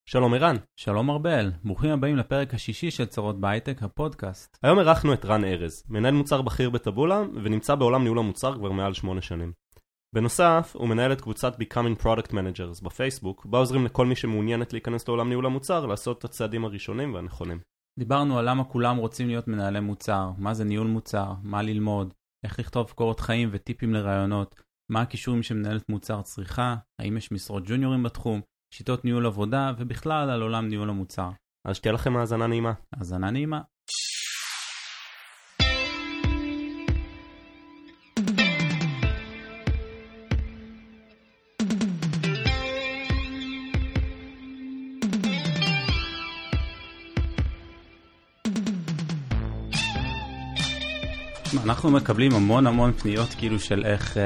שלום ערן. שלום ארבל, ברוכים הבאים לפרק השישי של צרות בהייטק, הפודקאסט. היום ערכנו את רן ארז, מנהל מוצר בכיר בטבולה, ונמצא בעולם ניהול המוצר כבר מעל 8 שנים. בנוסף, הוא מנהל את קבוצת Becoming Product Managers בפייסבוק, בה עוזרים לכל מי שמעוניינת להיכנס לעולם ניהול המוצר, לעשות את הצעדים הראשונים והנכונים. דיברנו על למה כולם רוצים להיות מנהלי מוצר, מה זה ניהול מוצר, מה ללמוד, איך לכתוב קורות חיים וטיפים לרעיונות, מה הכישורים שמנהלת מוצר צריכה, האם יש משרות ג'וניורים בתחום, שיטות ניהול עבודה ובכלל על עולם ניהול המוצר. אז שתהיה לכם האזנה נעימה. האזנה נעימה. אנחנו מקבלים המון פניות כאילו של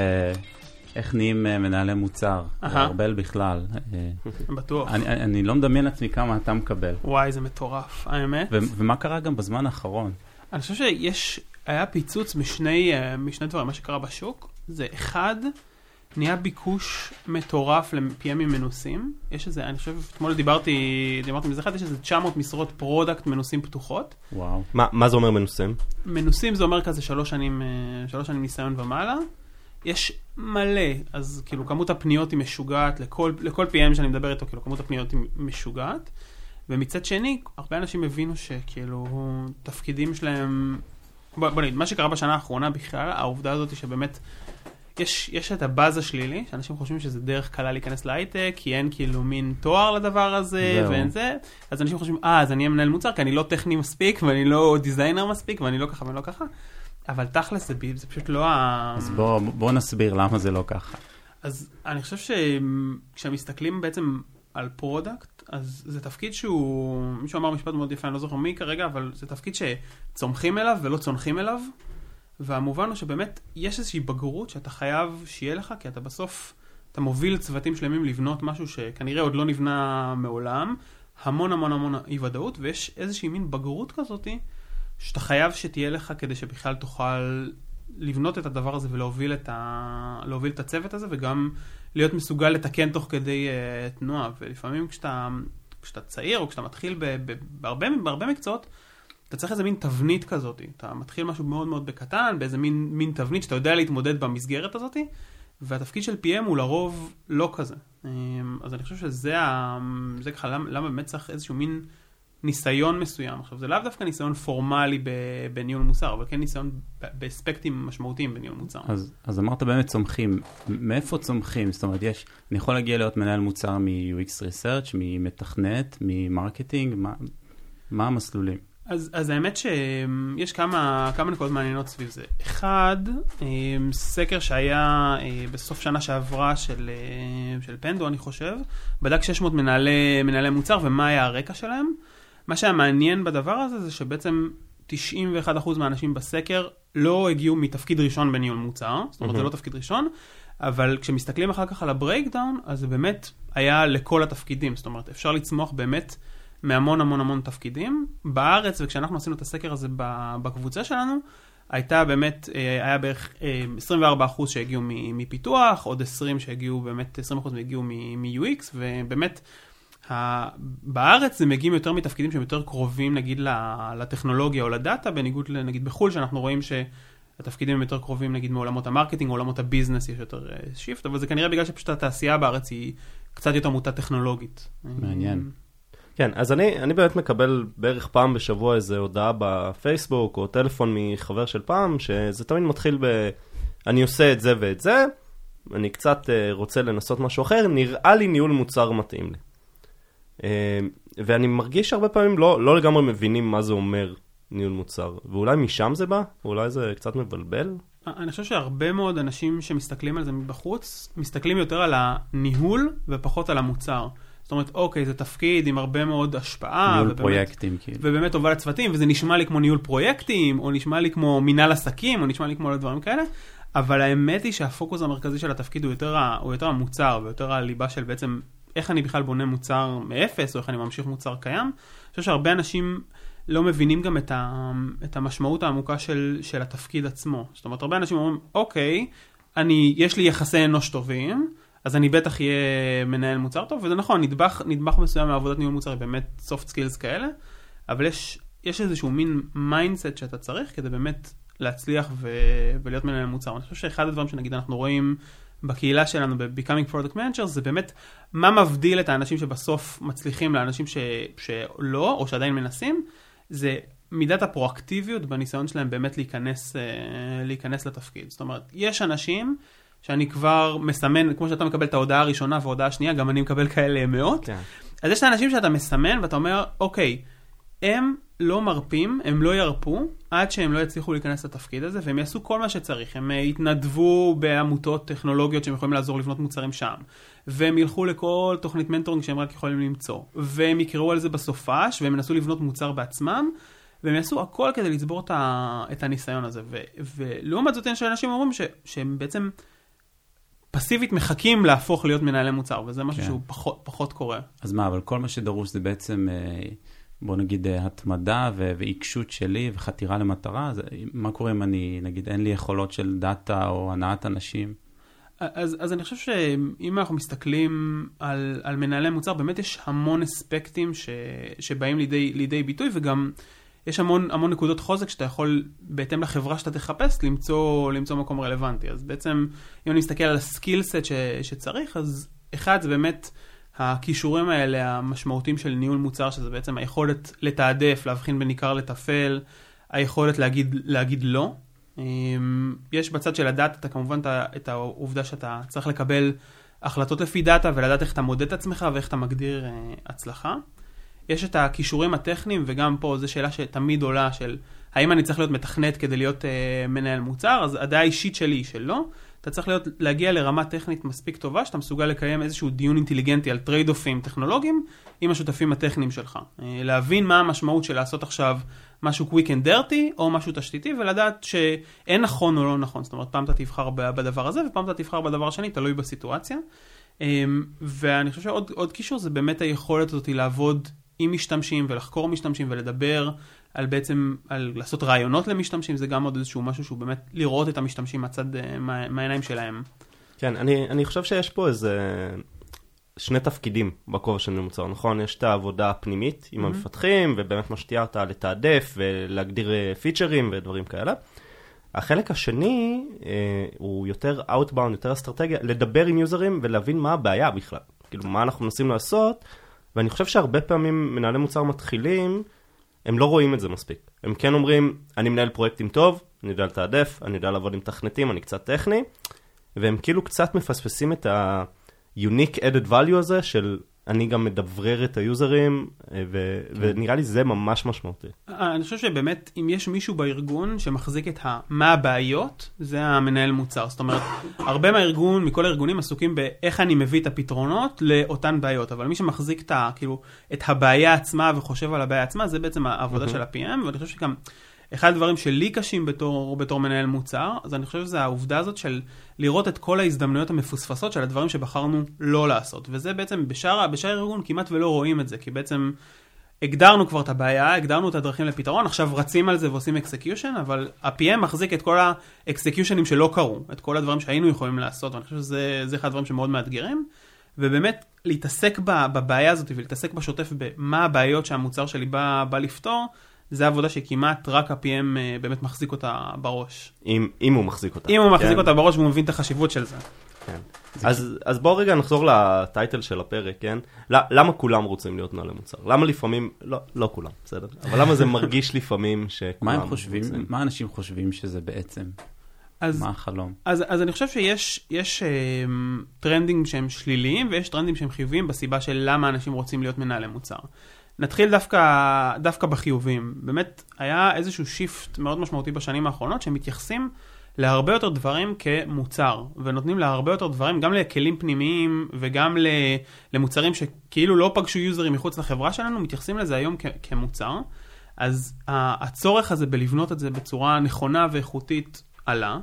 איך נהיים מנהלי מוצר, ארבל בכלל. בטוח. אני לא מדמיין עצמי כמה אתה מקבל. וואי, זה מטורף, האמת. ומה קרה גם בזמן האחרון? אני חושב היה פיצוץ משני דברים. מה שקרה בשוק, זה אחד, נהיה ביקוש מטורף ל-PM'ים מנוסים. יש איזה, אני חושב, אתמול דיברתי מזה אחד, יש איזה 900 משרות פרודקט מנוסים פתוחות. וואו. מה זה אומר מנוסים? מנוסים זה אומר כזה 3 שנים ניסיון ומעלה. יש מלא, אז כאילו כמות הפניות היא משוגעת, לכל PM שאני מדבר איתו, כאילו כמות הפניות היא משוגעת, ומצד שני, הרבה אנשים הבינו שכאילו תפקידים שלהם, בוא נגיד, מה שקרה בשנה האחרונה בכלל, העובדה הזאת היא שבאמת, יש את הבאז השלילי, שאנשים חושבים שזה דרך קלה להיכנס להייטק, כי אין כאילו מין תואר לדבר הזה, ואין זה, אז אנשים חושבים, אז אני אהיה מנהל מוצר, כי אני לא טכני מספיק, ואני לא דיזיינר מספיק, ואני לא ככה ואני לא ככה. אבל תכלס זה פשוט לא אז בוא נסביר למה זה לא ככה. אז אני חושב שכשמסתכלים בעצם על פרודקט, אז זה תפקיד שהוא, מישהו אמר משפט מאוד יפה, אני לא זוכר מי כרגע, אבל זה תפקיד שצומחים אליו ולא צונחים אליו, והמובן הוא שבאמת יש איזושהי בגרות שאתה חייב שיהיה לך, כי אתה בסוף, אתה מוביל צוותים שלמים לבנות משהו שכנראה עוד לא נבנה מעולם, המון אי ודאות, ויש איזושהי מין בגרות כזאת, שאתה חייב שתהיה לך כדי שבכלל תוכל לבנות את הדבר הזה ולהוביל את הצוות הזה, וגם להיות מסוגל לתקן תוך כדי תנועה. ולפעמים כשאתה צעיר או כשאתה מתחיל בהרבה מקצועות, אתה צריך איזה מין תבנית כזאת. אתה מתחיל משהו מאוד מאוד בקטן, באיזה מין תבנית שאתה יודע להתמודד במסגרת הזאת, והתפקיד של PM הוא לרוב לא כזה. אז אני חושב שזה ככה, למה באמת צריך איזשהו מין ניסיון מסוים. עכשיו, זה לאו דווקא ניסיון פורמלי בניהול מוצר, אבל כן ניסיון באספקטים משמעותיים בניהול מוצר. אז אמרת באמת צומחים. מאיפה צומחים? זאת אומרת, אני יכול להגיע להיות מנהל מוצר מ-UX Research, ממתכנת, ממרקטינג, מה המסלולים? אז האמת שיש כמה נקודות מעניינות סביב זה. אחד, סקר שהיה בסוף שנה שעברה של פנדו, אני חושב, בדק 600 מנהלי מוצר ומה היה הרקע שלהם. מה שהיה מעניין בדבר הזה זה שבעצם 91% מהאנשים בסקר לא הגיעו מתפקיד ראשון בניהול מוצר, זאת אומרת זה לא תפקיד ראשון, אבל כשמסתכלים אחר כך על הברייקדאון, אז זה באמת היה לכל התפקידים, זאת אומרת אפשר לצמוח באמת מהמון תפקידים. בארץ, וכשאנחנו עשינו את הסקר הזה בקבוצה שלנו, היה בערך 24% שהגיעו מפיתוח, עוד 20 שהגיעו באמת, 20% הגיעו מ-UX, ובאמת בארץ זה מגיעים יותר מתפקידים שהם יותר קרובים נגיד לטכנולוגיה או לדאטה, בניגוד לנגיד בחול שאנחנו רואים שהתפקידים הם יותר קרובים נגיד מעולמות המרקטינג, עולמות הביזנס יש יותר שיפט, אבל זה כנראה בגלל שפשוט התעשייה בארץ היא קצת יותר מוטה טכנולוגית. מעניין. כן, אז אני באמת מקבל בערך פעם בשבוע איזו הודעה בפייסבוק או טלפון מחבר של פעם, שזה תמיד מתחיל אני עושה את זה ואת זה, אני קצת רוצה לנסות משהו אחר, נראה לי ניהול מוצר מתאים לי. ואני מרגיש הרבה פעמים לא לגמרי מבינים מה זה אומר ניהול מוצר, ואולי משם זה בא? אולי זה קצת מבלבל? אני חושב שהרבה מאוד אנשים שמסתכלים על זה מבחוץ, מסתכלים יותר על הניהול ופחות על המוצר. זאת אומרת, אוקיי, זה תפקיד עם הרבה מאוד השפעה. ניהול פרויקטים, כאילו. ובאמת הובל לצוותים, וזה נשמע לי כמו ניהול פרויקטים, או נשמע לי כמו מנהל עסקים, או נשמע לי כמו דברים כאלה, אבל האמת היא שהפוקוס המרכזי של התפקיד הוא יותר המוצר, ויותר הליבה של בעצם איך אני בכלל בונה מוצר מאפס, או איך אני ממשיך מוצר קיים. אני חושב שהרבה אנשים לא מבינים גם את המשמעות העמוקה של התפקיד עצמו. זאת אומרת, הרבה אנשים אומרים, אוקיי, יש לי יחסי אנוש טובים, אז אני בטח יהיה מנהל מוצר טוב, וזה נכון, נדבך מסוים מעבודת ניהול מוצר, היא באמת soft skills כאלה, אבל יש איזשהו מין מיינדסט שאתה צריך, כדי באמת להצליח ולהיות מנהל מוצר. אני חושב שאחד הדברים שנגיד אנחנו רואים בקהילה שלנו, ב-Becoming Product Managers, זה באמת מה מבדיל את האנשים שבסוף מצליחים לאנשים שלא, או שעדיין מנסים, זה מידת הפרואקטיביות בניסיון שלהם באמת להיכנס לתפקיד. זאת אומרת, יש אנשים שאני כבר מסמן, כמו שאתה מקבל את ההודעה הראשונה וההודעה השנייה, גם אני מקבל כאלה מאות. כן. אז יש את האנשים שאתה מסמן ואתה אומר, אוקיי, הם לא מרפים, הם לא ירפו, עד שהם לא יצליחו להיכנס לתפקיד הזה, והם יעשו כל מה שצריך. הם יתנדבו בעמותות טכנולוגיות שהם יכולים לעזור לבנות מוצרים שם, והם ילכו לכל תוכנית מנטורינג שהם רק יכולים למצוא, והם יקראו על זה בסופש, והם ינסו לבנות מוצר בעצמם, והם יעשו הכל כדי לצבור את הניסיון הזה. ולעומת זאת, יש אנשים אומרים שהם בעצם פסיבית מחכים להפוך להיות מנהלי מוצר, וזה משהו שהוא פחות קורה. אז מה, אבל כל מה שדרוש זה בעצם, בוא נגיד, התמדה ועיקשות שלי וחתירה למטרה. מה קורה אם אני, נגיד, אין לי יכולות של דאטה או הנעת אנשים? אז אני חושב שאם אנחנו מסתכלים על מנהלי מוצר, באמת יש המון אספקטים שבאים לידי ביטוי, וגם יש המון נקודות חוזק שאתה יכול, בהתאם לחברה שאתה תחפש, למצוא מקום רלוונטי. אז בעצם, אם אני מסתכל על הסקילסט שצריך, אז אחד זה באמת הכישורים האלה, המשמעותיים של ניהול מוצר, שזה בעצם היכולת לתעדף, להבחין בין עיקר לטפל, היכולת להגיד לא. יש בצד של הדאטה, אתה כמובן את העובדה שאתה צריך לקבל החלטות לפי דאטה, ולדעת איך אתה מודד את עצמך ואיך אתה מגדיר הצלחה. יש את הכישורים הטכניים, וגם פה זו שאלה שתמיד עולה של האם אני צריך להיות מתכנת כדי להיות מנהל מוצר, אז הדעה האישית שלי היא שלא. אתה צריך להגיע לרמה טכנית מספיק טובה, שאתה מסוגל לקיים איזשהו דיון אינטליגנטי על טרייד-אופים טכנולוגיים עם השותפים הטכניים שלך. להבין מה המשמעות של לעשות עכשיו משהו quick and dirty, או משהו תשתיתי, ולדעת שאין נכון או לא נכון. זאת אומרת, פעם אתה תבחר בדבר הזה, ופעם אתה תבחר בדבר השני, תלוי בסיטואציה. ואני חושב שעוד קישור זה באמת היכולת הזאת לעבוד עם משתמשים ולחקור משתמשים ולדבר על בעצם, על לעשות רעיונות למשתמשים, זה גם עוד איזשהו משהו שהוא באמת לראות את המשתמשים מהצד, מהעיניים שלהם. כן, אני חושב שיש פה איזה שני תפקידים בכובע של ניהול מוצר, נכון? יש את העבודה הפנימית עם המפתחים, ובאמת מה שתיארת לתעדף ולהגדיר פיצ'רים ודברים כאלה. החלק השני הוא יותר outbound, יותר אסטרטגיה, לדבר עם יוזרים ולהבין מה הבעיה בכלל. כאילו, מה אנחנו מנסים לעשות, ואני חושב שהרבה פעמים מנהלי מוצר מתחילים, הם לא רואים את זה מספיק. הם כן אומרים, אני מנהל פרויקטים טוב, אני יודע לתעדף, אני יודע לעבוד עם תכנתים, אני קצת טכני, והם כאילו קצת מפספסים את ה-unique added value הזה של אני גם מדברר את היוזרים, ונראה לי זה ממש משמעותי. אני חושב שבאמת, אם יש מישהו בארגון שמחזיק את מה הבעיות, זה המנהל מוצר. זאת אומרת, הרבה מהארגון, מכל הארגונים עסוקים באיך אני מביא את הפתרונות לאותן בעיות, אבל מי שמחזיק את הבעיה עצמה וחושב על הבעיה עצמה, זה בעצם העבודה של ה-PM, ואני חושב שגם אחד הדברים שלי קשים בתור מנהל מוצר, אז אני חושב שזה העובדה הזאת של לראות את כל ההזדמנויות המפוספסות של הדברים שבחרנו לא לעשות. וזה בעצם בשאר הארגון כמעט ולא רואים את זה, כי בעצם הגדרנו כבר את הבעיה, הגדרנו את הדרכים לפתרון, עכשיו רצים על זה ועושים אקסקיושן, אבל ה-PM מחזיק את כל האקסקיושנים שלא קרו, את כל הדברים שהיינו יכולים לעשות, ואני חושב שזה אחד הדברים שמאוד מאתגרים, ובאמת להתעסק בבעיה הזאת ולהתעסק בשוטף במה הבעיות שהמוצר שלי בא לפתור, זה עבודה שכמעט רק ה-PM באמת מחזיק אותה בראש. אם הוא מחזיק אותה. אם הוא מחזיק אותה בראש והוא מבין את החשיבות של זה. כן. אז בואו רגע נחזור לטייטל של הפרק, כן? למה כולם רוצים להיות מנהלי מוצר? למה לפעמים, לא כולם, בסדר? אבל למה זה מרגיש לפעמים שכולם מה הם חושבים? מה אנשים חושבים שזה בעצם? מה החלום? אז אני חושב שיש טרנדים שהם שליליים ויש טרנדים שהם חיוביים בסיבה של למה אנשים רוצים להיות מנהלי מוצר. נתחיל דווקא בחיובים. באמת היה איזשהו שיפט מאוד משמעותי בשנים האחרונות שמתייחסים להרבה יותר דברים כמוצר, ונותנים להרבה יותר דברים, גם לכלים פנימיים וגם למוצרים שכאילו לא פגשו יוזרים מחוץ לחברה שלנו, מתייחסים לזה היום כמוצר. אז הצורך הזה בלבנות את זה בצורה נכונה ואיכותית עלה.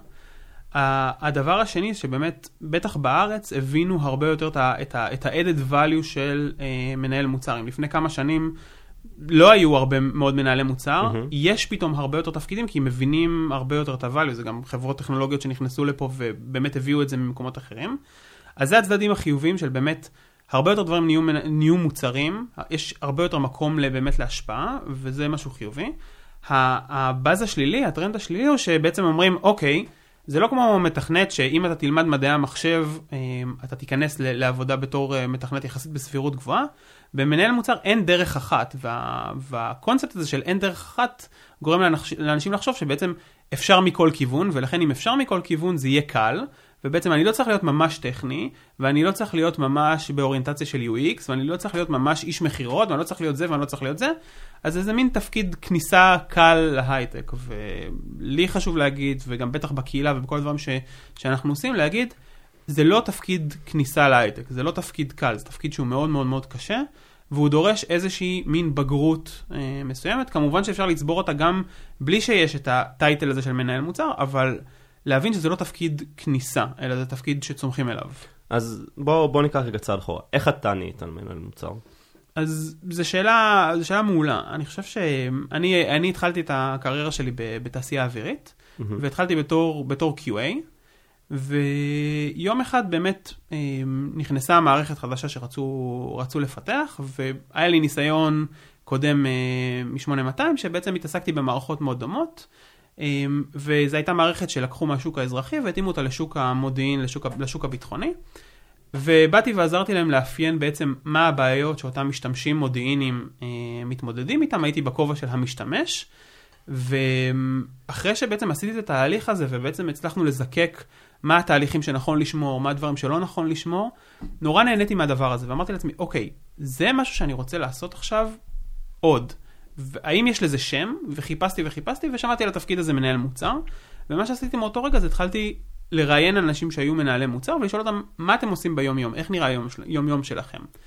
הדבר השני שבאמת, בטח בארץ, הבינו הרבה יותר את ה-added value של מנהל מוצרים. לפני כמה שנים לא היו הרבה מאוד מנהלי מוצר, יש פתאום הרבה יותר תפקידים, כי מבינים הרבה יותר את ה-value, זה גם חברות טכנולוגיות שנכנסו לפה ובאמת הביאו את זה ממקומות אחרים. אז זה הצדדים החיוביים של באמת, הרבה יותר דברים נהיו מוצרים, יש הרבה יותר מקום באמת להשפעה, וזה משהו חיובי. הבאז השלילי, הטרנד השלילי הוא שבעצם אומרים, אוקיי, זה לא כמו מתכנת שאם אתה תלמד מדעי המחשב, אתה תיכנס לעבודה בתור מתכנת יחסית בסבירות גבוהה, במנהל מוצר אין דרך אחת, והקונספט הזה של אין דרך אחת גורם לאנשים לחשוב שבעצם אפשר מכל כיוון, ולכן אם אפשר מכל כיוון זה יהיה קל, ובעצם אני לא צריך להיות ממש טכני, ואני לא צריך להיות ממש באוריינטציה של UX, ואני לא צריך להיות ממש איש מחירות, ואני לא צריך להיות זה ואני לא צריך להיות זה, אז זה מין תפקיד כניסה קל להייטק, ולי חשוב להגיד, וגם בטח בקהילה ובכל דברים שאנחנו עושים, להגיד, זה לא תפקיד כניסה להייטק, זה לא תפקיד קל, זה תפקיד שהוא מאוד מאוד מאוד קשה, והוא דורש איזושהי מין בגרות מסוימת, כמובן שאפשר לצבור אותה גם בלי שיש את הטייטל הזה של מנהל מוצר, אבל להבין שזה לא תפקיד כניסה, אלא זה תפקיד שצומחים אליו. אז בוא ניקח רגע צעד אחורה. איך אתה נהיית על מנהל מוצר? אז זו שאלה מעולה. אני חושב שאני התחלתי את הקריירה שלי בתעשייה אווירית, והתחלתי בתור QA, ויום אחד באמת נכנסה מערכת חדשה שרצו לפתח, והיה לי ניסיון קודם מ-8200, שבעצם התעסקתי במערכות מאוד דומות, וזו הייתה מערכת שלקחו מהשוק האזרחי והתאימו אותה לשוק המודיעין, לשוק הביטחוני, ובאתי ועזרתי להם לאפיין בעצם מה הבעיות שאותם משתמשים מודיעיניים מתמודדים איתם. הייתי בכובע של המשתמש, ואחרי שבעצם עשיתי את התהליך הזה ובעצם הצלחנו לזקק מה התהליכים שנכון לשמור, מה הדברים שלא נכון לשמור, נורא נהניתי מהדבר הזה ואמרתי לעצמי, אוקיי, זה משהו שאני רוצה לעשות עכשיו עוד. האם יש לזה שם? וחיפשתי ושמעתי על התפקיד הזה מנהל מוצר, ומה שעשיתי מאותו רגע זה התחלתי לראיין אנשים שהיו מנהלי מוצר ולשאול אותם מה אתם עושים ביום יום, איך נראה יום שלכם.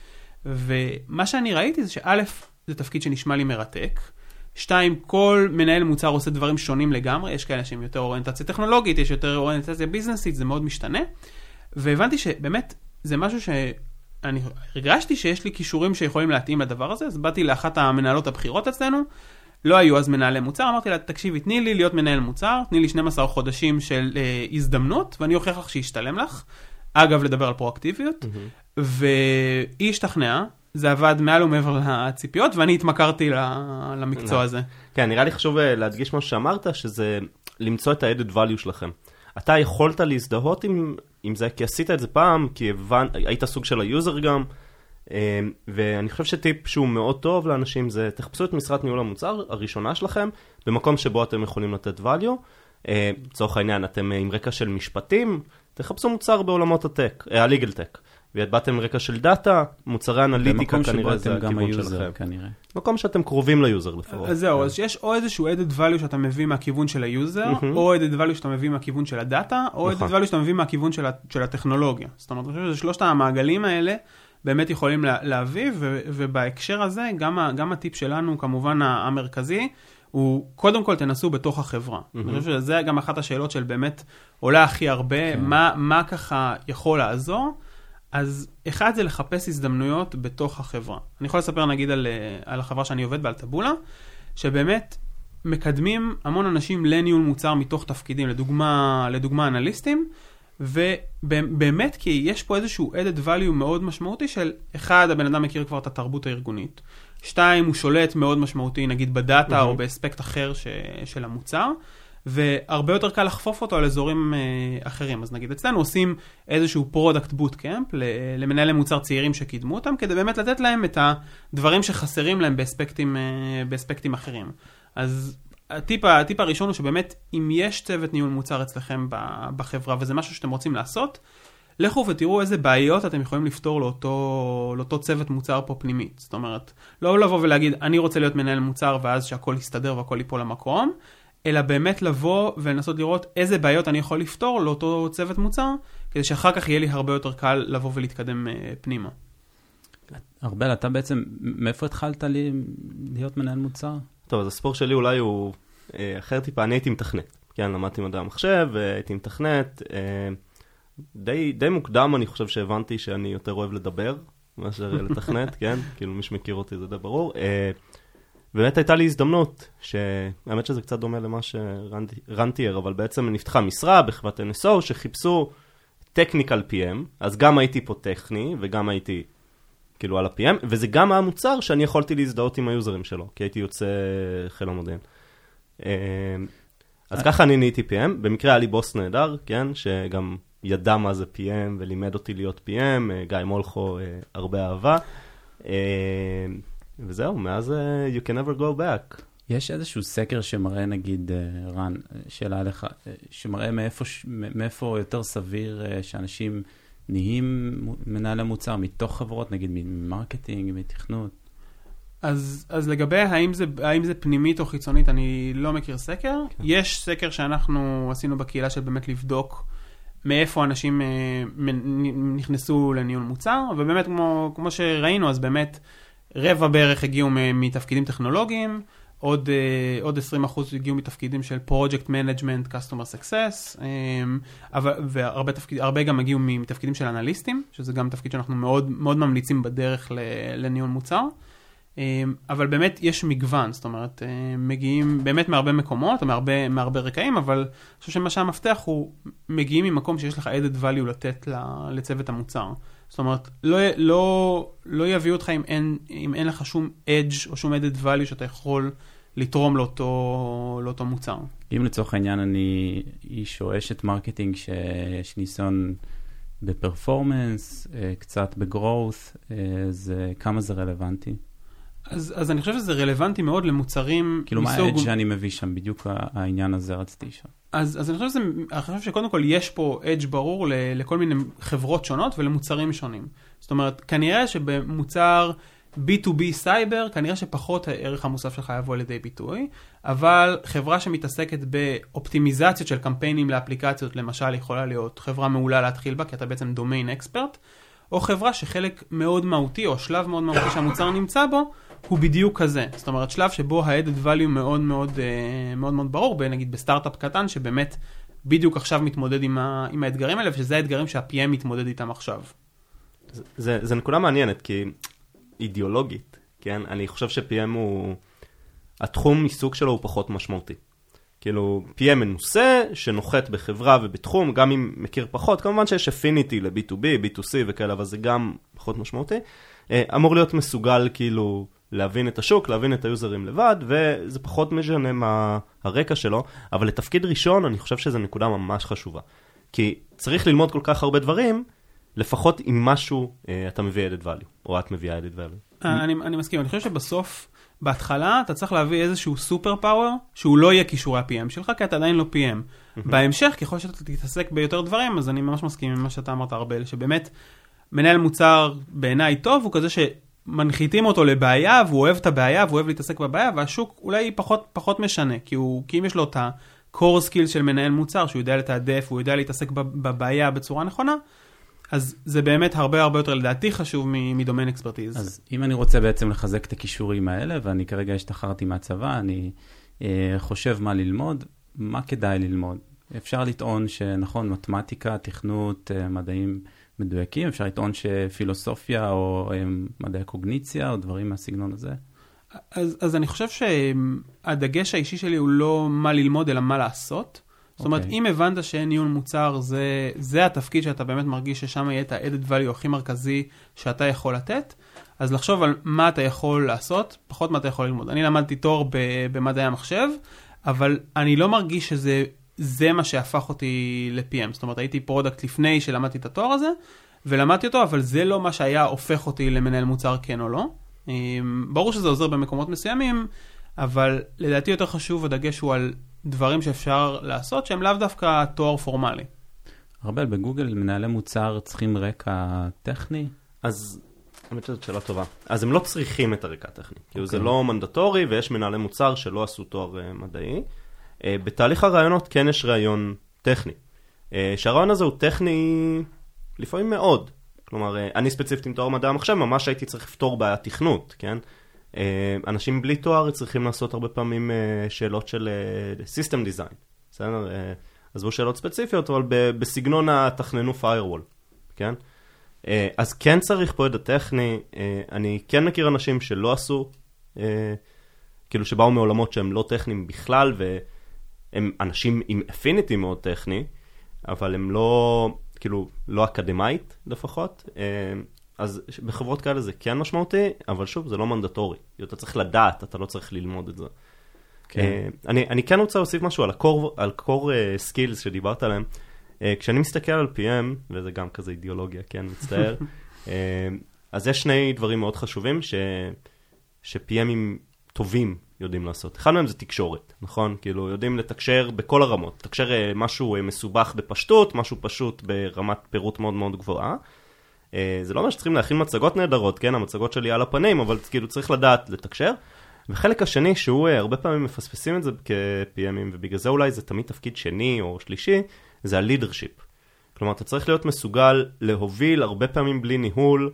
ומה שאני ראיתי זה שא', זה תפקיד שנשמע לי מרתק, 2, כל מנהל מוצר עושה דברים שונים לגמרי, יש כאלה שהם יותר אוריינטציה טכנולוגית, יש יותר אוריינטציה ביזנסית, זה מאוד משתנה, והבנתי שבאמת זה משהו שאני הרגשתי שיש לי כישורים שיכולים להתאים לדבר הזה, אז באתי לאחת המנהלות הבחירות אצלנו, לא היו אז מנהלי מוצר, אמרתי לה, תקשיבי, תני לי להיות מנהל מוצר, תני לי 12 חודשים של הזדמנות, ואני אוכיח לך שישתלם לך, אגב, לדבר על פרואקטיביות, והיא השתכנעה, זה עבד מעל ומעבר לציפיות, ואני התמכרתי למקצוע הזה. כן, נראה לי חשוב להדגיש משהו שאמרת, שזה למצוא את ה-added value שלכם. אתה יכולת להזדהות עם זה, כי עשית את זה פעם, כי היית סוג של היוזר גם, ואני חושב שטיפ שהוא מאוד טוב לאנשים זה, תחפשו את משרת ניהול המוצר הראשונה שלכם, במקום שבו אתם יכולים לתת value. לצורך העניין, אתם עם רקע של משפטים, תחפשו מוצר בעולמות הטק, הליגל טק. ובאתם רקע של דאטה, מוצרי אנליטיקה כנראה זה הכיוון שלכם. מקום שאתם קרובים ליוזר לפחות. אז זהו, אז יש או איזשהו added value שאתה מביא מהכיוון של היוזר, או added value שאתה מביא מהכיוון של הדאטה, או added value שאתה מביא מהכיוון של הטכנולוגיה. זאת אומרת, אני חושב ששלושת המעגלים האלה באמת יכולים להביא, ובהקשר הזה, גם הטיפ שלנו, כמובן המרכזי, הוא קודם כל תנסו בתוך החברה. אני חושב שזה גם אחת השאלות של באמת עולה הכי הרבה, מה ככה יכול לעזור. אז אחד זה לחפש הזדמנויות בתוך החברה. אני יכול לספר נגיד על החברה שאני עובד בה, על טבולה, שבאמת מקדמים המון אנשים לניהול מוצר מתוך תפקידים, לדוגמה אנליסטים, ובאמת כי יש פה איזשהו added value מאוד משמעותי של, אחד, הבן אדם מכיר כבר את התרבות הארגונית, 2, הוא שולט מאוד משמעותי, נגיד בדאטה או באספקט אחר של המוצר, והרבה יותר קל לחפוף אותו על אזורים אחרים. אז נגיד אצלנו עושים איזשהו פרודקט בוטקאמפ למנהלי מוצר צעירים שקידמו אותם, כדי באמת לתת להם את הדברים שחסרים להם באספקטים אחרים. אז הטיפ הראשון הוא שבאמת אם יש צוות ניהול מוצר אצלכם בחברה, וזה משהו שאתם רוצים לעשות, לכו ותראו איזה בעיות אתם יכולים לפתור לאותו צוות מוצר פה פנימית. זאת אומרת, לא לבוא ולהגיד, אני רוצה להיות מנהל מוצר ואז שהכל יסתדר והכל ייפול למקום, אלא באמת לבוא ולנסות לראות איזה בעיות אני יכול לפתור לאותו צוות מוצר, כדי שאחר כך יהיה לי הרבה יותר קל לבוא ולהתקדם פנימה. ארבל, אתה בעצם, מאיפה התחלת להיות מנהל מוצר? טוב, אז הספור שלי אולי הוא אחר טיפה, אני הייתי מתכנת. כן, למדתי מדעי המחשב, הייתי מתכנת. די מוקדם אני חושב שהבנתי שאני יותר אוהב לדבר, מאשר לתכנת, כן? כאילו מי שמכיר אותי זה די ברור. באמת הייתה לי הזדמנות, האמת שזה קצת דומה למה שרן תיאר, אבל בעצם נפתחה משרה בחברת NSO, שחיפשו את טכניקל PM, אז גם הייתי פה טכני, וגם הייתי כאילו על ה-PM, וזה גם המוצר שאני יכולתי להזדהות עם היוזרים שלו, כי הייתי יוצא חיל המודיעין. אז ככה אני נהייתי PM, במקרה היה לי בוס נהדר, כן, שגם ידע מה זה PM, ולימד אותי להיות PM, גיא מולכו, הרבה אהבה. וזהו, מאז you can never go back. יש איזשהו סקר שמראה, נגיד, רן, שאלה לך, שמראה מאיפה יותר סביר שאנשים נהיים מנהלי מוצר מתוך חברות, נגיד ממרקטינג, מתכנות? אז לגבי האם זה פנימית או חיצונית, אני לא מכיר סקר. כן. יש סקר שאנחנו עשינו בקהילה של באמת לבדוק מאיפה אנשים נכנסו לניהול מוצר, ובאמת כמו שראינו, אז באמת רבע בערך הגיעו מתפקידים טכנולוגיים, עוד 20% הגיעו מתפקידים של Project Management, Customer Success, והרבה גם הגיעו מתפקידים של אנליסטים, שזה גם תפקיד שאנחנו מאוד, מאוד ממליצים בדרך לניהול מוצר. אבל באמת יש מגוון, זאת אומרת, מגיעים באמת מהרבה מקומות, או מהרבה רקעים, אבל אני חושב שמה שהמפתח הוא, מגיעים ממקום שיש לך added value לתת לצוות המוצר. זאת אומרת, לא יביאו אותך אם אין לך שום edge או שום added value שאתה יכול לתרום לאותו מוצר. אם לצורך העניין אני איש או אשת מרקטינג שיש ניסיון בפרפורמנס, קצת בגרוס, כמה זה רלוונטי? אז אני חושב שזה רלוונטי מאוד למוצרים כאילו מה האדג' שאני מביא שם, בדיוק העניין הזה רציתי שם. אז אני חושב שקודם כל יש פה אדג' ברור לכל מיני חברות שונות ולמוצרים שונים. זאת אומרת, כנראה שבמוצר B2B סייבר, כנראה שפחות הערך המוסף שלך יבוא לידי ביטוי, אבל חברה שמתעסקת באופטימיזציות של קמפיינים לאפליקציות, למשל, יכולה להיות חברה מעולה להתחיל בה, כי אתה בעצם דומיין אקספרט, או חברה שחלק מאוד מהותי, או שלב מאוד מהותי שהמוצר נמצא בו, הוא בדיוק כזה. זאת אומרת, שלב שבו ה-added value מאוד מאוד, מאוד מאוד ברור, נגיד בסטארט-אפ קטן, שבאמת בדיוק עכשיו מתמודד עם האתגרים האלה, ושזה האתגרים שה-PM מתמודד איתם עכשיו. זה נקודה מעניינת, כי אידיאולוגית, כן? אני חושב ש-PM הוא, התחום עיסוק שלו הוא פחות משמעותי. כאילו, PM מנוסה, שנוחת בחברה ובתחום, גם אם מכיר פחות, כמובן שיש אפיניטי ל-B2B, B2C וכאלה, אבל זה גם פחות משמעותי. אמור להיות מסוגל כאילו להבין את השוק, להבין את היוזרים לבד, וזה פחות משנה מה הרקע שלו, אבל לתפקיד ראשון אני חושב שזו נקודה ממש חשובה. כי צריך ללמוד כל כך הרבה דברים, לפחות עם משהו אתה מביא added value, או את מביאה added value. אני מסכים, אני חושב שבסוף, בהתחלה אתה צריך להביא איזשהו סופר פאוור, שהוא לא יהיה קישורי ה-PM שלך, כי אתה עדיין לא PM. בהמשך, ככל שאתה תתעסק ביותר דברים, אז אני ממש מסכים עם מה שאתה אמרת הרבה, שבאמת מנהל מוצר בעיניי טוב, הוא כזה שמנחיתים אותו לבעיה, והוא אוהב את הבעיה, והוא אוהב להתעסק בבעיה, והשוק אולי פחות משנה, כי אם יש לו את ה-core skills של מנהל מוצר, שהוא יודע לתעדף, הוא יודע להתעסק בבעיה בצורה נכונה, אז זה באמת הרבה הרבה יותר לדעתי חשוב מדומיין אקספרטיז. אז אם אני רוצה בעצם לחזק את הכישורים האלה, ואני כרגע השתחררתי מהצבא, אני חושב מה ללמוד, מה כדאי ללמוד? אפשר לטעון שנכון, מתמטיקה, תכנות, מדעים מדויקים, אפשר לטעון שפילוסופיה או מדעי קוגניציה או דברים מהסגנון הזה. אז אני חושב שהדגש האישי שלי הוא לא מה ללמוד, אלא מה לעשות. זאת אומרת, אם הבנת שניהול מוצר זה התפקיד שאתה באמת מרגיש ששם יהיה את ה-added value הכי מרכזי שאתה יכול לתת, אז לחשוב על מה אתה יכול לעשות, פחות מה אתה יכול ללמוד. אני למדתי תואר במדעי המחשב, אבל אני לא מרגיש שזה מה שהפך אותי ל-PM. זאת אומרת, הייתי פרודקט לפני שלמדתי את התואר הזה, ולמדתי אותו, אבל זה לא מה שהיה הופך אותי למנהל מוצר כן או לא. ברור שזה עוזר במקומות מסוימים, אבל לדעתי יותר חשוב, הדגש הוא על דברים שאפשר לעשות, שהם לאו דווקא תואר פורמלי. הרבה, בגוגל מנהלי מוצר צריכים רקע טכני? אז, האמת שזאת שאלה טובה. אז הם לא צריכים את הרקע הטכני. כאילו זה לא מנדטורי, ויש מנהלי מוצר שלא עשו תואר מדעי. בתהליך הרעיונות כן יש רעיון טכני. שהרעיון הזה הוא טכני לפעמים מאוד. כלומר, אני ספציפית עם תואר מדעי המחשב, ממש הייתי צריך לפתור בעיה תכנות, כן? אנשים בלי תואר צריכים לעשות הרבה פעמים שאלות של System Design. בסדר? עזבו שאלות ספציפיות, אבל בסגנון התכננו firewall. כן? אז כן צריך פה ידע טכני. אני כן מכיר אנשים שלא עשו, כאילו שבאו מעולמות שהם לא טכניים בכלל, והם אנשים עם affinity מאוד טכני, אבל הם לא, כאילו לא אקדמית לפחות, אז בחברות כאלה זה כן משמעותי, אבל שוב, זה לא מנדטורי. אתה צריך לדעת, אתה לא צריך ללמוד את זה. כן. אני כן רוצה להוסיף משהו על core skills שדיברת עליהם. כשאני מסתכל על PM, וזה גם כזה אידיאולוגיה, כן, מצטער, אז יש שני דברים מאוד חשובים ש-PMים טובים יודעים לעשות. אחד מהם זה תקשורת, נכון? כאילו, יודעים לתקשר בכל הרמות. תקשר משהו מסובך בפשטות, משהו פשוט ברמת פירוט מאוד מאוד גבוהה. זה לא אומר שצריכים להכין מצגות נהדרות, כן? המצגות שלי על הפנים, אבל כאילו צריך לדעת לתקשר. וחלק השני, שהוא הרבה פעמים מפספסים את זה כ-PMים, ובגלל זה אולי זה תמיד תפקיד שני או שלישי, זה ה-leadership. כלומר, אתה צריך להיות מסוגל להוביל הרבה פעמים בלי ניהול,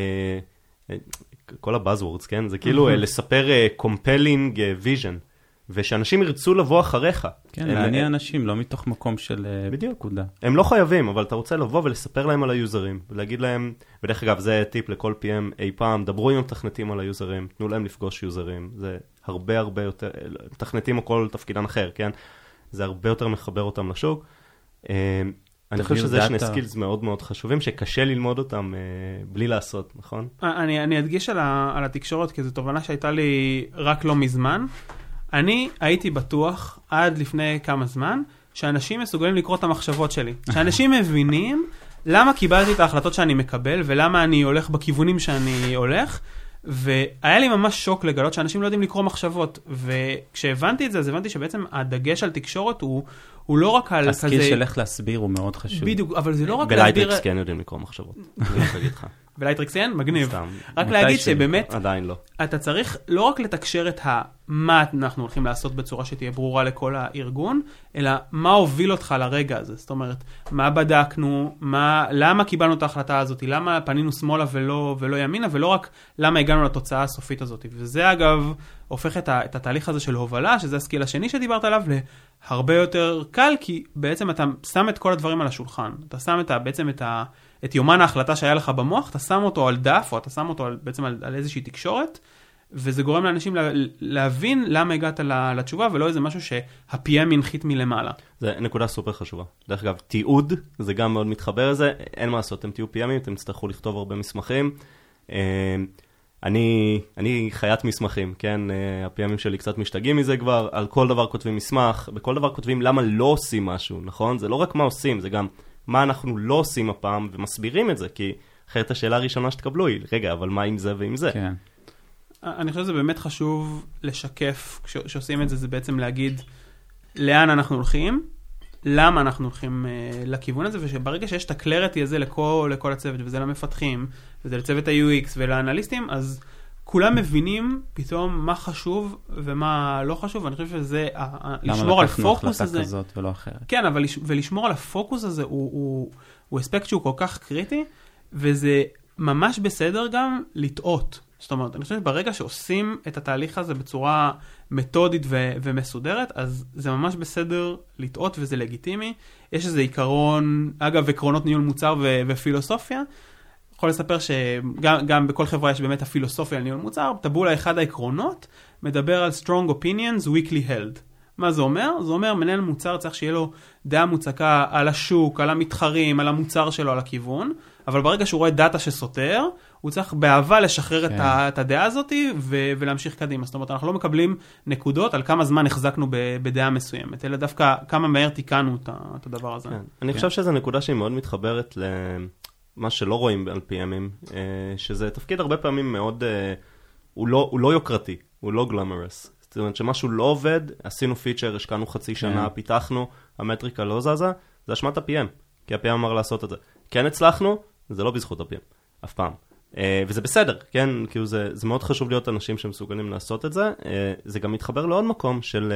כל הבאזוורדס, כן? זה כאילו לספר compelling vision, ושאנשים ירצו לבוא אחריך. כן, להניע אנשים, לא מתוך מקום של פקודה. הם לא חייבים, אבל אתה רוצה לבוא ולספר להם על היוזרים, ולהגיד להם, ודרך אגב, זה טיפ לכל PM אי פעם, דברו עם המתכנתים על היוזרים, תנו להם לפגוש יוזרים, זה הרבה הרבה יותר, מתכנתים או כל תפקידן אחר, כן? זה הרבה יותר מחבר אותם לשוק. אני חושב שזה שני סקילס מאוד מאוד חשובים, שקשה ללמוד אותם בלי לעשות, נכון? אני אדגיש על התקשורת, כי זו תובנה שהייתה לי רק לא מזמן. אני הייתי בטוח, עד לפני כמה זמן, שאנשים מסוגלים לקרוא את המחשבות שלי. שאנשים מבינים למה קיבלתי את ההחלטות שאני מקבל, ולמה אני הולך בכיוונים שאני הולך, והיה לי ממש שוק לגלות שאנשים לא יודעים לקרוא מחשבות, וכשהבנתי את זה, אז הבנתי שבעצם הדגש על תקשורת הוא לא רק על כזה... הסקיל של איך להסביר הוא מאוד חשוב. בדיוק, אבל זה לא רק להסביר... בלייטריקס כן יודעים לקרוא מחשבות. בלייטריקס כן? מגניב. רק להגיד שבאמת... עדיין לא. אתה צריך לא רק לתקשר את מה אנחנו הולכים לעשות בצורה שתהיה ברורה לכל הארגון, אלא מה הוביל אותך לרגע הזה. זאת אומרת, מה בדקנו, למה קיבלנו את ההחלטה הזאת, למה פנינו שמאלה ולא ימינה, ולא רק למה הגענו לתוצאה הסופית הזאת. וזה אגב הופך את התהליך הזה של הובלה, שזה הסקיל השני שדיברת עליו, להרבה יותר קל, כי בעצם אתה שם את כל הדברים על השולחן. אתה שם בעצם את יומן ההחלטה שהיה לך במוח, אתה שם אותו על דף, או אתה שם אותו בעצם על איזושהי תקשורת, וזה גורם לאנשים להבין למה הגעת לתשובה, ולא איזה משהו שה-PM ינחית מלמעלה. זה נקודה סופר חשובה. דרך אגב, תיעוד, זה גם מאוד מתחבר לזה, אין מה לעשות, אתם תהיו PMים, אתם תצטרכו לכתוב הרבה מסמכים. אני חיית מסמכים, כן? ה-PMים שלי קצת משתגעים מזה כבר, על כל דבר כותבים מסמך, בכל דבר כותבים למה לא עושים משהו, נכון? זה לא רק מה עושים, זה גם מה אנחנו לא עושים הפעם, ומסבירים את זה, כי אחרת השאלה הראשונה שתקבלו היא, רגע, אבל מה עם זה ועם זה? כן. אני חושב שזה באמת חשוב לשקף, כשעושים את זה, זה בעצם להגיד לאן אנחנו הולכים, למה אנחנו הולכים לכיוון הזה, ושברגע שיש את הקלריטי הזה לכל הצוות, וזה למפתחים, וזה לצוות ה-UX ולאנליסטים, אז כולם מבינים פתאום מה חשוב ומה לא חשוב, ואני חושב שזה, לשמור על פוקוס הזה. למה לקחנו החלטה כזאת ולא אחרת. כן, אבל ולשמור על הפוקוס הזה הוא אספקט שהוא כל כך קריטי, וזה ממש בסדר גם לטעות. זאת אומרת, אני חושב שברגע שעושים את התהליך הזה בצורה מתודית ומסודרת, אז זה ממש בסדר לטעות וזה לגיטימי. יש איזה עיקרון, אגב, עקרונות ניהול מוצר ופילוסופיה. יכול לספר שגם בכל חברה יש באמת הפילוסופיה על ניהול מוצר. טבולה, אחד העקרונות, מדבר על strong opinions weakly held. מה זה אומר? זה אומר, מנהל מוצר צריך שיהיה לו דעה מוצקה על השוק, על המתחרים, על המוצר שלו, על הכיוון, אבל ברגע שהוא רואה דאטה שסותר, הוא צריך באהבה לשחרר את הדעה הזאת ולהמשיך קדימה. זאת אומרת, אנחנו לא מקבלים נקודות על כמה זמן החזקנו בדעה מסוימת, אלא דווקא כמה מהר תיקנו את הדבר הזה. אני חושב שזו נקודה שהיא מאוד מתחברת למה שלא רואים על PMים, שזה תפקיד הרבה פעמים מאוד, הוא לא יוקרתי, הוא לא גלמרס. זאת אומרת שמשהו לא עובד, עשינו פיצ'ר, השקענו חצי שנה, פיתחנו, המטריקה לא זזה, זה אשמת ה-PM, כי ה-PM אמר לעשות את זה. כן הצלחנו, זה לא בזכות ה-PM, אף פעם. וזה בסדר, כן? כאילו זה מאוד חשוב להיות אנשים שמסוגלים לעשות את זה. זה גם מתחבר לעוד מקום של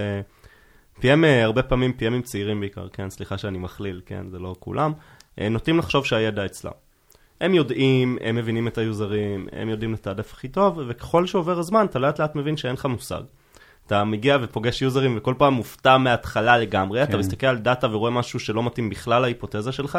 PM, הרבה פעמים PMים צעירים בעיקר, כן? סליחה שאני מכליל, כן? זה לא כולם. נוטים לחשוב שהידע אצלם. הם יודעים, הם מבינים את היוזרים, הם יודעים לתעדף הכי טוב, וככל שעובר הזמן, אתה לאט לאט מבין שאין לך מושג. אתה מגיע ופוגש יוזרים וכל פעם מופתע מההתחלה לגמרי, אתה מסתכל על דאטה ורואה משהו שלא מתאים בכלל להיפותזה שלך.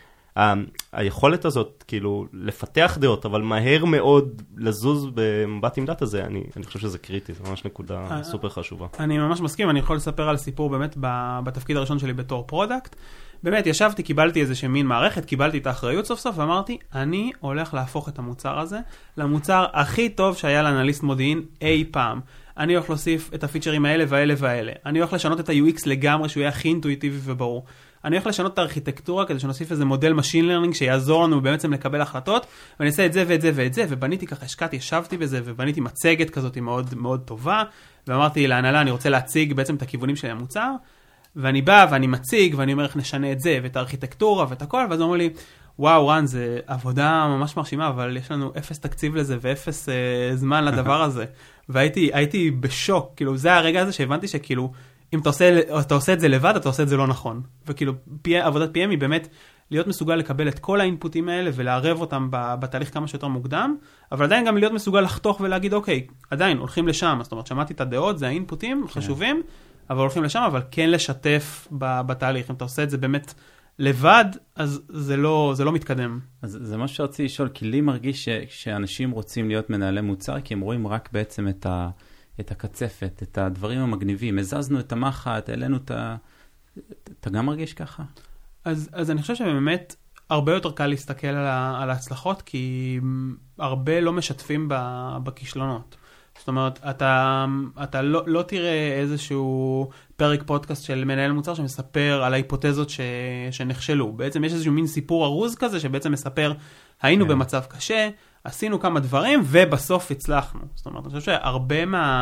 היכולת הזאת, כאילו, לפתח דעות, אבל מהר מאוד לזוז במבט עם דאטה זה, אני חושב שזה קריטי, זה ממש נקודה סופר חשובה. אני ממש מסכים, אני יכול לספר על סיפור באמת בתפקיד הראשון שלי בתור פרודקט. באמת, ישבתי, קיבלתי איזה מין מערכת, קיבלתי את האחריות סוף סוף, ואמרתי, אני הולך להפוך את המוצר הזה למוצר הכי טוב שהיה לאנליסט מודיעין אי פעם. אני הולך להוסיף את הפיצ'רים האלה והאלה והאלה. אני הולך לשנות את ה-UX לגמרי, שהוא יהיה הכי אינטואיטיבי וברור. אני הולך לשנות את הארכיטקטורה, כדי שנוסיף איזה מודל Machine Learning שיעזור לנו בעצם לקבל החלטות, ואני אעשה את זה ואת זה ואת זה, ובניתי ככה, השקעתי, ישבתי בזה, ובניתי מצגת כזאת מאוד מאוד טובה, ואמרתי להנהלה, אני רוצה להציג בעצם את הכיוונים של המוצר, ואני בא ואני מציג, ואני אומר איך נשנה את זה, ואת הארכיטקטורה ואת הכל, ואז אומרים לי, וואו, רן, זה עבודה ממש מרשימה, אבל יש לנו אפס תקציב לזה, ואפס זמן לדבר הזה. והייתי בשוק, כאילו, זה הרגע הזה שהבנתי שכאילו, אם אתה עושה את זה לבד, אתה עושה את זה לא נכון. וכאילו, עבודת PM היא באמת להיות מסוגל לקבל את כל האינפוטים האלה, ולערב אותם בתהליך כמה שיותר מוקדם, אבל עדיין גם להיות מסוגל לחתוך ולהגיד, אוקיי, עדיין, הולכים לשם. זאת אומרת, שמעתי את הדעות, זה האינפוטים חשובים, אבל הולכים לשם, אבל כן לשתף בתהליך. אם אתה עושה את זה באמת לבד, אז זה לא מתקדם. אז זה מה שרציתי לשאול, כי לי מרגיש שאנשים רוצים להיות מנהלי מוצר, כי הם רואים רק בעצם את הקצפת, את הדברים המגניבים. הזזנו את המחט, העלינו אתה גם מרגיש ככה? אז אני חושב שבאמת הרבה יותר קל להסתכל על ההצלחות, כי הרבה לא משתפים בכישלונות. זאת אומרת, אתה לא תראה איזשהו פרק פודקאסט של מנהל מוצר שמספר על ההיפותזות שנכשלו. בעצם יש איזשהו מין סיפור ארוז כזה שבעצם מספר, היינו במצב קשה, עשינו כמה דברים ובסוף הצלחנו. זאת אומרת, אני חושב שהרבה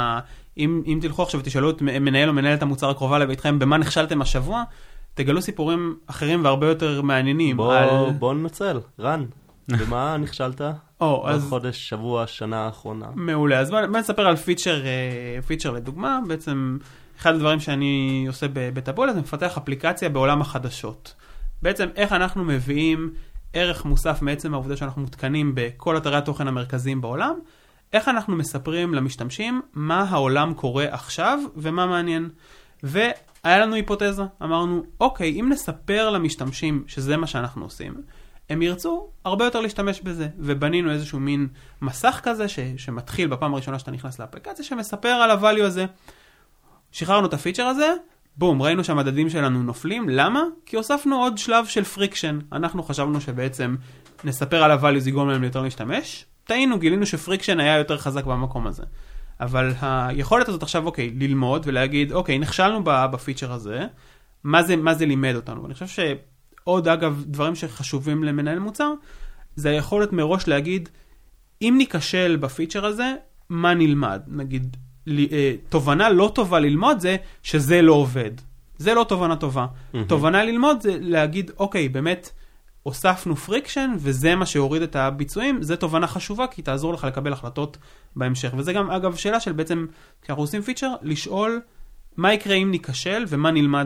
אם תלכו עכשיו ותשאלו את מנהל או מנהלת המוצר הקרובה לביתכם, במה נכשלתם השבוע, תגלו סיפורים אחרים והרבה יותר מעניינים. בוא ננצל, רן. במה נכשלת? בחודש, שבוע, שנה האחרונה. מעולה. אז בוא נספר על פיצ'ר לדוגמה. בעצם אחד הדברים שאני עושה בטאבולה זה מפתח אפליקציה בעולם החדשות. בעצם איך אנחנו מביאים ערך מוסף מעצם העובדה שאנחנו מותקנים בכל אתרי התוכן המרכזיים בעולם, איך אנחנו מספרים למשתמשים מה העולם קורה עכשיו ומה מעניין. והיה לנו היפותזה. אמרנו, אוקיי, אם נספר למשתמשים שזה מה שאנחנו עושים, הם ירצו הרבה יותר להשתמש בזה, ובנינו איזשהו מין מסך כזה שמתחיל בפעם הראשונה שאתה נכנס לאפליקציה, שמספר על הvalue הזה. שחררנו את הפיצ'ר הזה, בום, ראינו שהמדדים שלנו נופלים. למה? כי הוספנו עוד שלב של פריקשן. אנחנו חשבנו שבעצם נספר על הvalue, זה יגרום להם יותר להשתמש. טעינו, גילינו שפריקשן היה יותר חזק במקום הזה. אבל היכולת הזאת עכשיו, אוקיי, ללמוד ולהגיד, אוקיי, נכשלנו בפיצ'ר הזה, מה זה לימד אותנו? ואני חושב עוד אגב, דברים שחשובים למנהל מוצר, זה היכולת מראש להגיד, אם ניקשל בפיצ'ר הזה, מה נלמד? נגיד, תובנה לא טובה ללמוד זה שזה לא עובד. זה לא תובנה טובה. תובנה ללמוד זה להגיד, אוקיי, באמת, הוספנו פריקשן, וזה מה שהוריד את הביצועים, זה תובנה חשובה, כי תעזור לך לקבל החלטות בהמשך. וזה גם, אגב, שאלה של בעצם, כשאנחנו עושים פיצ'ר, לשאול, מה יקרה אם ניקשל ומה נלמד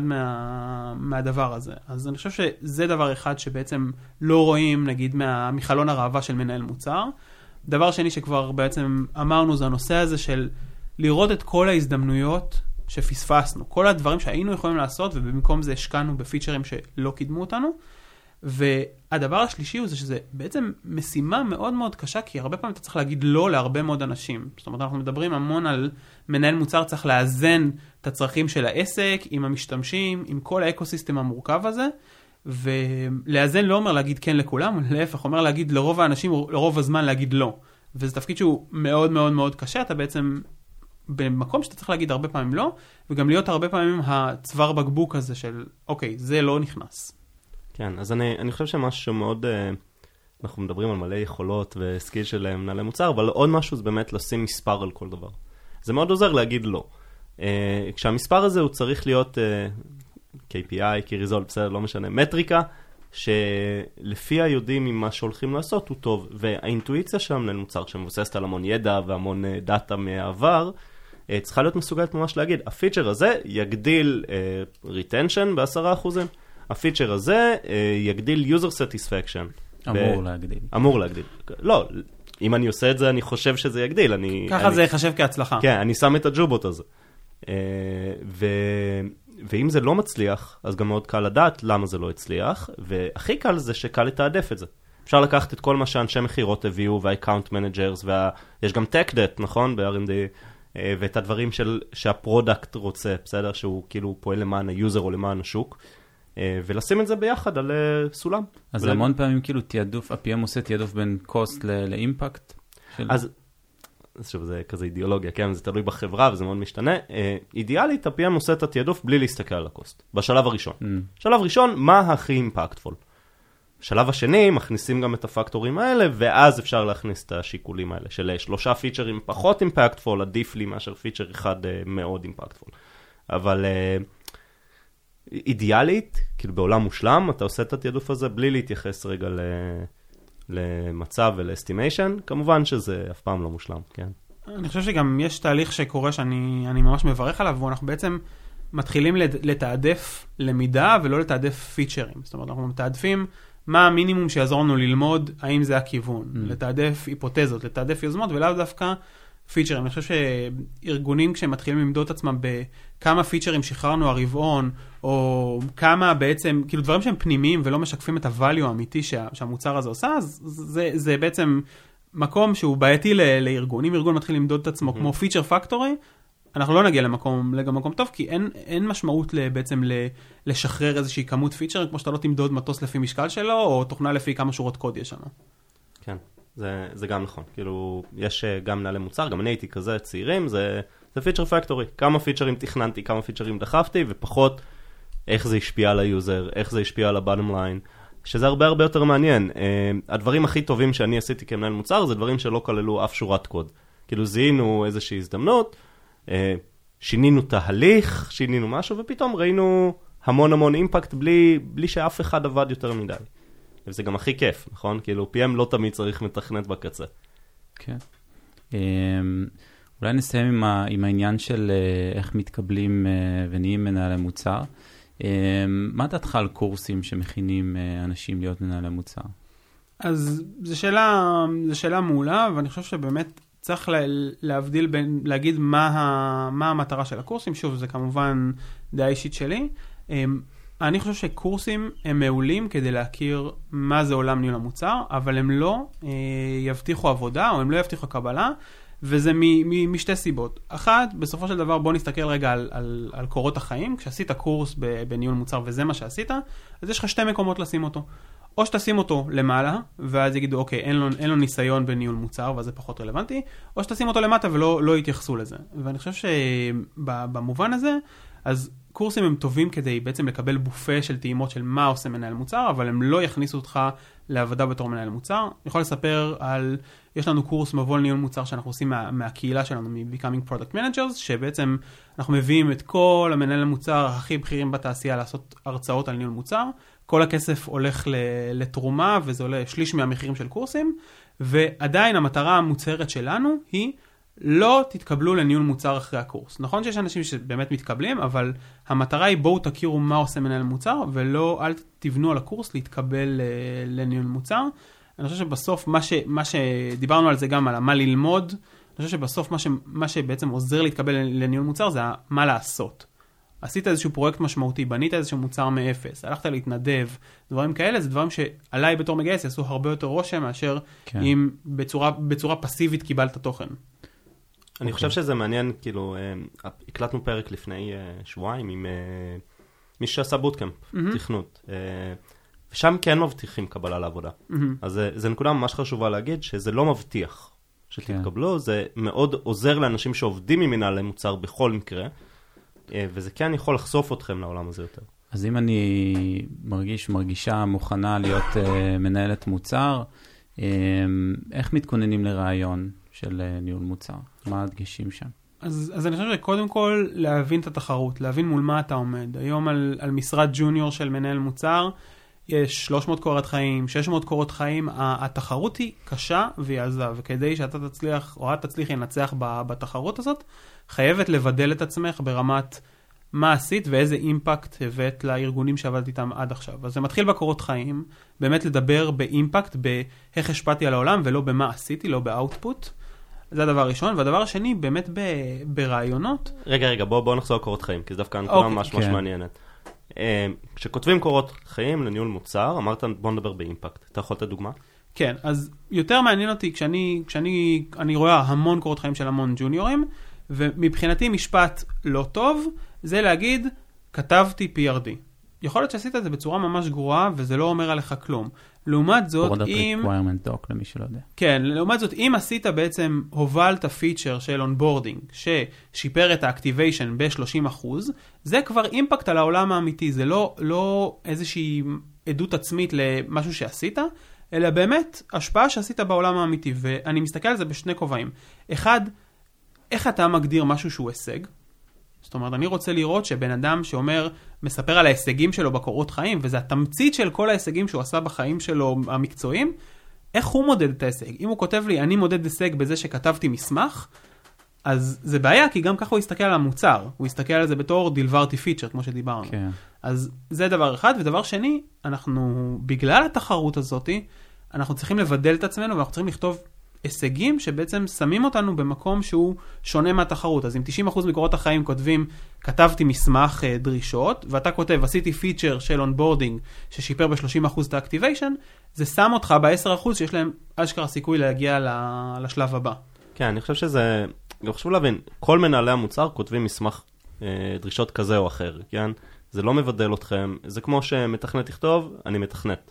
מהדבר הזה. אז אני חושב שזה דבר אחד שבעצם לא רואים, נגיד, מחלון הראווה של מנהל מוצר. דבר שני שכבר בעצם אמרנו זה הנושא הזה של לראות את כל ההזדמנויות שפספסנו. כל הדברים שהיינו יכולים לעשות ובמקום זה השקענו בפיצ'רים שלא קידמו אותנו. והדבר השלישי הוא זה שזה בעצם משימה מאוד מאוד קשה, כי הרבה פעמים אתה צריך להגיד לא להרבה מאוד אנשים. זאת אומרת, אנחנו מדברים המון על מנהל מוצר צריך לאזן את הצרכים של העסק, עם המשתמשים, עם כל האקוסיסטם המורכב הזה, ולאזן לא אומר להגיד כן לכולם, להפך אומר להגיד לרוב האנשים, לרוב הזמן להגיד לא. וזה תפקיד שהוא מאוד מאוד מאוד קשה, אתה בעצם במקום שאתה צריך להגיד הרבה פעמים לא, וגם להיות הרבה פעמים הצוואר בקבוק הזה של, אוקיי, זה לא נכנס. כן, אז אני חושב שמשהו מאוד, אנחנו מדברים על מלא יכולות וסקיל של מנהלי מוצר, אבל עוד משהו זה באמת לשים מספר על כל דבר. זה מאוד עוזר להגיד לא. כשהמספר הזה הוא צריך להיות KPI, כריזול, בסדר, לא משנה, מטריקה, שלפיה יודעים אם מה שהולכים לעשות הוא טוב, והאינטואיציה של המנהל מוצר שמבוססת על המון ידע והמון דאטה מהעבר, צריכה להיות מסוגלת ממש להגיד, הפיצ'ר הזה יגדיל retention ב10%, הפיצ'ר הזה יגדיל user satisfaction. אמור להגדיל. לא, אם אני עושה את זה, אני חושב שזה יגדיל. ככה זה יחשב כהצלחה. כן, אני שם את הג'ובוט הזה. ואם זה לא מצליח, אז גם מאוד קל לדעת למה זה לא הצליח, והכי קל זה שקל לתעדף את זה. אפשר לקחת את כל מה שאנשי מחירות הביאו, וה-account managers, יש גם tech debt, נכון? ב-R&D, ואת הדברים שהפרודקט רוצה, בסדר? שהוא כאילו פועל למען היוזר או למען השוק. ולשים את זה ביחד על סולם. אז המון פעמים כאילו תיעדוף, ה-PM עושה תיעדוף בין קוסט לאימפקט? אז שוב, זה כזה אידיאולוגיה, כן? זה תלוי בחברה וזה מאוד משתנה. אידיאלית, ה-PM עושה את התיעדוף בלי להסתכל על הקוסט, בשלב הראשון. שלב ראשון, מה הכי אימפקטפול? בשלב השני, מכניסים גם את הפקטורים האלה, ואז אפשר להכניס את השיקולים האלה, של 3 פיצ'רים פחות אימפקטפול, עדיף לי מאשר פיצ'ר אחד מאוד אימפקטפול. אבל אידיאלית, כאילו בעולם מושלם, אתה עושה את התיעדוף הזה בלי להתייחס רגע למצב ולאסטימיישן, כמובן שזה אף פעם לא מושלם, כן. אני חושב שגם יש תהליך שקורה שאני ממש מברך עליו, ואנחנו בעצם מתחילים לתעדף למידה ולא לתעדף פיצ'רים. זאת אומרת, אנחנו מתעדפים מה המינימום שיעזור לנו ללמוד, האם זה הכיוון, לתעדף היפותזות, לתעדף יוזמות, ולאו דווקא פיצ'רים. אני חושב שארגונים כשהם מתחילים למדוד את עצמם בכמה פיצ'רים שחררנו הרבעון, או כמה בעצם, כאילו דברים שהם פנימיים ולא משקפים את הvalue האמיתי שהמוצר הזה עושה, אז זה בעצם מקום שהוא בעייתי לארגון. אם ארגון מתחיל למדוד את עצמו כמו פיצ'ר פקטורי, אנחנו לא נגיע למקום טוב, כי אין משמעות בעצם לשחרר איזושהי כמות פיצ'ר, כמו שאתה לא תמדוד מטוס לפי משקל שלו, או תוכנה לפי כמה שורות קוד יש לנו. כן, זה גם נכון. כאילו, יש גם מנהלי מוצר, גם אני הייתי כזה צעירים, זה פיצ'ר פקטורי. כמה פיצ'רים תכננתי, כמה פיצ'רים דחפתי, ופחות איך זה השפיע על היוזר, איך זה השפיע על ה-bottom line, שזה הרבה הרבה יותר מעניין. הדברים הכי טובים שאני עשיתי כמנהל מוצר, זה דברים שלא כללו אף שורת קוד. כאילו, זיהינו איזושהי הזדמנות, שינינו תהליך, שינינו משהו, ופתאום ראינו המון אימפקט בלי שאף אחד עבד יותר מדי. וזה גם הכי כיף, נכון? כאילו, PM לא תמיד צריך מתכנת בקצה. כן. אולי נסיים עם העניין של איך מתקבלים ונהיים מנהלי מוצר. מה דעתך על קורסים שמכינים אנשים להיות מנהלי מוצר? אז זו שאלה מעולה, ואני חושב שבאמת צריך להבדיל בין, להגיד מה המטרה של הקורסים. שוב, זה כמובן דעה אישית שלי. אני חושב שקורסים הם מעולים כדי להכיר מה זה עולם ניהול המוצר, אבל הם לא יבטיחו עבודה, או הם לא יבטיחו קבלה, וזה משתי סיבות. אחת, בסופו של דבר, בוא נסתכל רגע על קורות החיים. כשעשית קורס בניהול מוצר וזה מה שעשית, אז יש לך 2 מקומות לשים אותו. או שתשים אותו למעלה, ואז יגידו, אוקיי, אין לו ניסיון בניהול מוצר, ואז זה פחות רלוונטי, או שתשים אותו למטה ולא יתייחסו לזה. ואני חושב שבמובן הזה, אז קורסים הם טובים כדי בעצם לקבל בופה של טעימות של מה עושה מנהל מוצר, אבל הם לא יכניסו אותך לעבודה בתור מנהל מוצר. אני יכול לספר יש לנו קורס מבוא לניהול מוצר שאנחנו עושים מהקהילה שלנו, מ-Becoming Product Managers, שבעצם אנחנו מביאים את כל המנהל המוצר הכי בכירים בתעשייה לעשות הרצאות על ניהול מוצר. כל הכסף הולך לתרומה, וזה עולה 1/3 מהמחירים של קורסים, ועדיין המטרה המוצהרת שלנו היא לא תתקבלו לניהול מוצר אחרי הקורס. נכון שיש אנשים שבאמת מתקבלים, אבל המטרה היא בואו תכירו מה עושה מנהל מוצר, ולא אל תבנו על הקורס להתקבל לניהול מוצר. אני חושב שבסוף מה שדיברנו על זה גם, על מה ללמוד, אני חושב שבסוף מה שבעצם עוזר להתקבל לניהול מוצר זה מה לעשות. עשית איזשהו פרויקט משמעותי, בנית איזשהו מוצר מאפס, הלכת להתנדב, דברים כאלה, זה דברים שעליי בתור מגייס יעשו הרבה יותר רושם, מאשר אם בצורה פסיבית קיבלת תוכן. אני חושב שזה מעניין, כאילו, הקלטנו פרק לפני שבועיים עם מי שעשה בוטקאמפ, תכנות, ושם כן מבטיחים קבלה לעבודה. אז זה נקודה ממש חשובה להגיד, שזה לא מבטיח שתתקבלו, זה מאוד עוזר לאנשים שעובדים עם מנהלי מוצר בכל מקרה, וזה כן יכול לחשוף אתכם לעולם הזה יותר. אז אם אני מרגישה מוכנה להיות מנהלת מוצר, איך מתכוננים לרעיון של ניהול מוצר? מה הדגשים שם? אז אני חושב שקודם כל להבין את התחרות, להבין מול מה אתה עומד. היום על משרד ג'וניור של מנהל מוצר, יש 300 קורות חיים, 600 קורות חיים, התחרות היא קשה והיא עזה, וכדי שאתה תצליח, או את תצליחי לנצח בתחרות הזאת, חייבת לבדל את עצמך ברמת מה עשית ואיזה אימפקט הבאת לארגונים שעבדת איתם עד עכשיו. אז זה מתחיל בקורות חיים, באמת לדבר באימפקט, באיך השפעתי על העולם, ולא במה עשיתי, לא באוטפוט. זה הדבר הראשון, והדבר השני, באמת ברעיונות. רגע, בוא נחזור לקורות חיים, כי זה דווקא נקודה ממש מעניינת. כשכותבים קורות חיים לניהול מוצר, אמרת בוא נדבר באימפקט. אתה יכול לתת דוגמה? כן, אז יותר מעניין אותי כשאני רואה המון קורות חיים של המון ג'וניורים, ומבחינתי משפט לא טוב, זה להגיד, כתבתי PRD. יכול להיות שעשית את זה בצורה ממש גרועה, וזה לא אומר עליך כלום. לעומת זאת, אם... Product Requirement Doc, למי שלא יודע. כן, לעומת זאת, אם עשית בעצם, הובלת פיצ'ר של אונבורדינג, ששיפר את האקטיביישן ב-30%, זה כבר אימפקט על העולם האמיתי, זה לא איזושהי עדות עצמית למשהו שעשית, אלא באמת השפעה שעשית בעולם האמיתי, ואני מסתכל על זה בשני כובעים. אחד, איך אתה מגדיר משהו שהוא הישג? זאת אומרת, אני רוצה לראות שבן אדם שאומר, מספר על ההישגים שלו בקורות חיים, וזה התמצית של כל ההישגים שהוא עשה בחיים שלו המקצועיים, איך הוא מודד את ההישג? אם הוא כותב לי, אני מודד הישג בזה שכתבתי מסמך, אז זה בעיה, כי גם ככה הוא יסתכל על המוצר, הוא יסתכל על זה בתור דלברתי פיצ'ר, כמו שדיברנו. כן. אז זה דבר אחד, ודבר שני, אנחנו, בגלל התחרות הזאת, אנחנו צריכים לבדל את עצמנו, ואנחנו צריכים לכתוב הישגים שבעצם שמים אותנו במקום שהוא שונה מהתחרות. אז אם 90% מקורות החיים כותבים, כתבתי מסמך דרישות, ואתה כותב, עשיתי פיצ'ר של אונבורדינג ששיפר ב-30% את האקטיביישן, זה שם אותך ב-10% שיש להם אשכרה סיכוי להגיע לשלב הבא. כן, אני חושב שזה, גם חשוב להבין, כל מנהלי המוצר כותבים מסמך דרישות כזה או אחר, כן? זה לא מבדל אתכם, זה כמו שמתכנת לכתוב, אני מתכנת.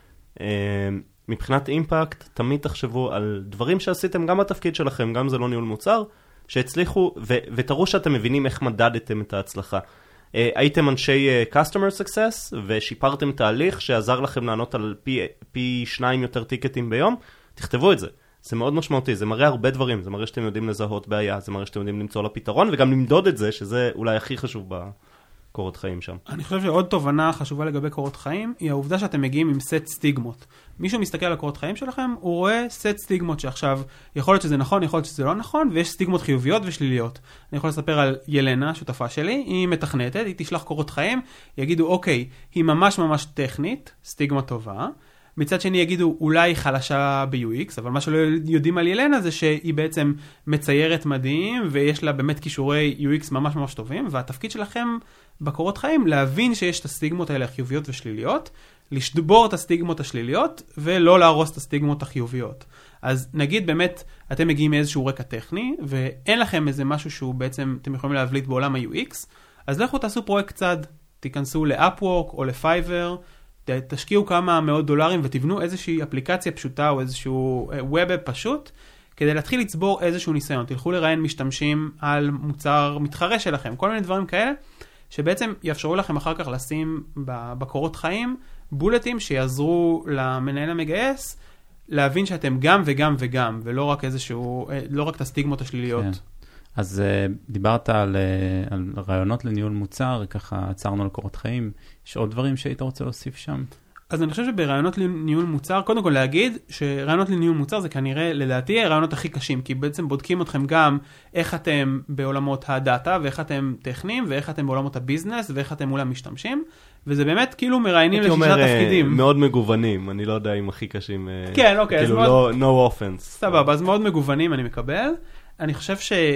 מבחינת אימפקט, תמיד תחשבו על דברים שעשיתם גם בתפקיד שלכם, גם זה לא ניהול מוצר, שהצליחו, ותראו שאתם מבינים איך מדדתם את ההצלחה. הייתם אנשי customer success, ושיפרתם תהליך שעזר לכם לענות על פי 2 יותר טיקטים ביום, תכתבו את זה. זה מאוד משמעותי, זה מראה הרבה דברים, זה מראה שאתם יודעים לזהות בעיה, זה מראה שאתם יודעים למצוא לה פתרון, וגם למדוד את זה, שזה אולי הכי חשוב בקורות חיים שם. אני חושב שעוד תובנה חשובה לגבי קורות חיים, היא העובדה שאתם מגיעים עם סט סטיגמות. מישהו מסתכל על הקורות חיים שלכם, הוא רואה סט סטיגמות שעכשיו, יכול להיות שזה נכון, יכול להיות שזה לא נכון, ויש סטיגמות חיוביות ושליליות. אני יכול לספר על ילנה, שותפה שלי, היא מתכנתת, היא תשלח קורות חיים, יגידו, אוקיי, היא ממש ממש טכנית, סטיגמה טובה, מצד שני יגידו, אולי חלשה ב-UX, אבל מה שלא יודעים על ילנה זה שהיא בעצם מציירת מדהים, ויש לה באמת כישורי UX ממש ממש טובים, והתפקיד שלכם בקורות חיים, להבין שיש את הסטיגמות האלה החיוביות ושליליות, לשבור את הסטיגמות השליליות, ולא להרוס את הסטיגמות החיוביות. אז נגיד באמת, אתם מגיעים מאיזשהו רקע טכני, ואין לכם איזה משהו שהוא בעצם, אתם יכולים להבליט בעולם ה-UX, אז לכו תעשו פרויקט צד, תיכנסו ל-Upwork או ל-Fiverr, תשקיעו כמה מאות דולרים ותבנו איזושהי אפליקציה פשוטה או איזשהו ווב פשוט, כדי להתחיל לצבור איזשהו ניסיון. תלכו לראיין משתמשים על מוצר מתחרה שלכם, כל מיני דברים כאלה, שבעצם יאפשרו לכם אחר כך לשים בקורות חיים בולטים שיעזרו למנהל המגייס להבין שאתם גם וגם וגם, ולא רק איזשהו, לא רק את הסטיגמות השליליות. כן. אז דיברת על רעיונות לניהול מוצר, ככה עצרנו על קורות חיים. יש עוד דברים שהיית רוצה להוסיף שם? אז אני חושב שברעיונות לניהול מוצר, קודם כל להגיד שרעיונות לניהול מוצר זה כנראה לדעתי הרעיונות הכי קשים, כי בעצם בודקים אתכם גם איך אתם בעולמות הדאטה, ואיך אתם טכניים, ואיך אתם בעולמות הביזנס, ואיך אתם מול המשתמשים, וזה באמת כאילו מראיינים לשישה תפקידים. מאוד מגוונים, אני לא יודע אם הכי קשים, כן, אוקיי, כאילו לא, no offense. סבבה, אז מאוד מגוונים אני מקבל. אני חושב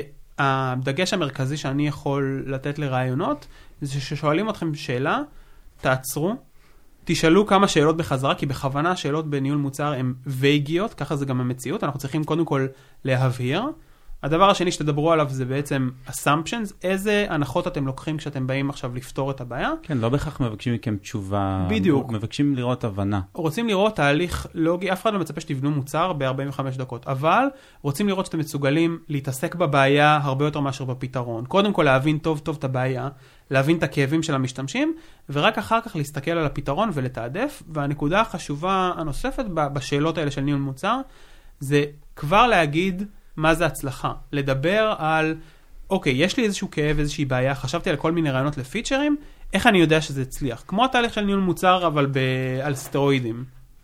שהדגש המרכזי שאני יכול לתת לרעיונות, זה ששואלים אתכם שאלה, תעצרו, תשאלו כמה שאלות בחזרה, כי בכוונה שאלות בניהול מוצר הן וייגיות, ככה זה גם המציאות, אנחנו צריכים קודם כל להבהיר. הדבר השני שתדברו עליו זה בעצם assumptions, איזה הנחות אתם לוקחים כשאתם באים עכשיו לפתור את הבעיה. כן, לא בהכרח מבקשים מכם תשובה, בדיוק. מבקשים לראות הבנה. רוצים לראות תהליך לוגי, אף אחד לא מצפה שתבנו מוצר ב-45 דקות, אבל רוצים לראות שאתם מסוגלים להתעסק בבעיה הרבה יותר מאשר בפתרון. קודם כל להבין טוב טוב את הבעיה, להבין את הכאבים של המשתמשים, ורק אחר כך להסתכל על הפתרון ולתעדף, והנקודה החשובה הנוספת בשאלות האלה של ניהול מוצר, זה כבר להגיד מה זה הצלחה. לדבר על, אוקיי, יש לי איזשהו כאב, איזושהי בעיה, חשבתי על כל מיני רעיונות לפיצ'רים, איך אני יודע שזה הצליח? כמו התהליך של ניהול מוצר, אבל על סטרואידים.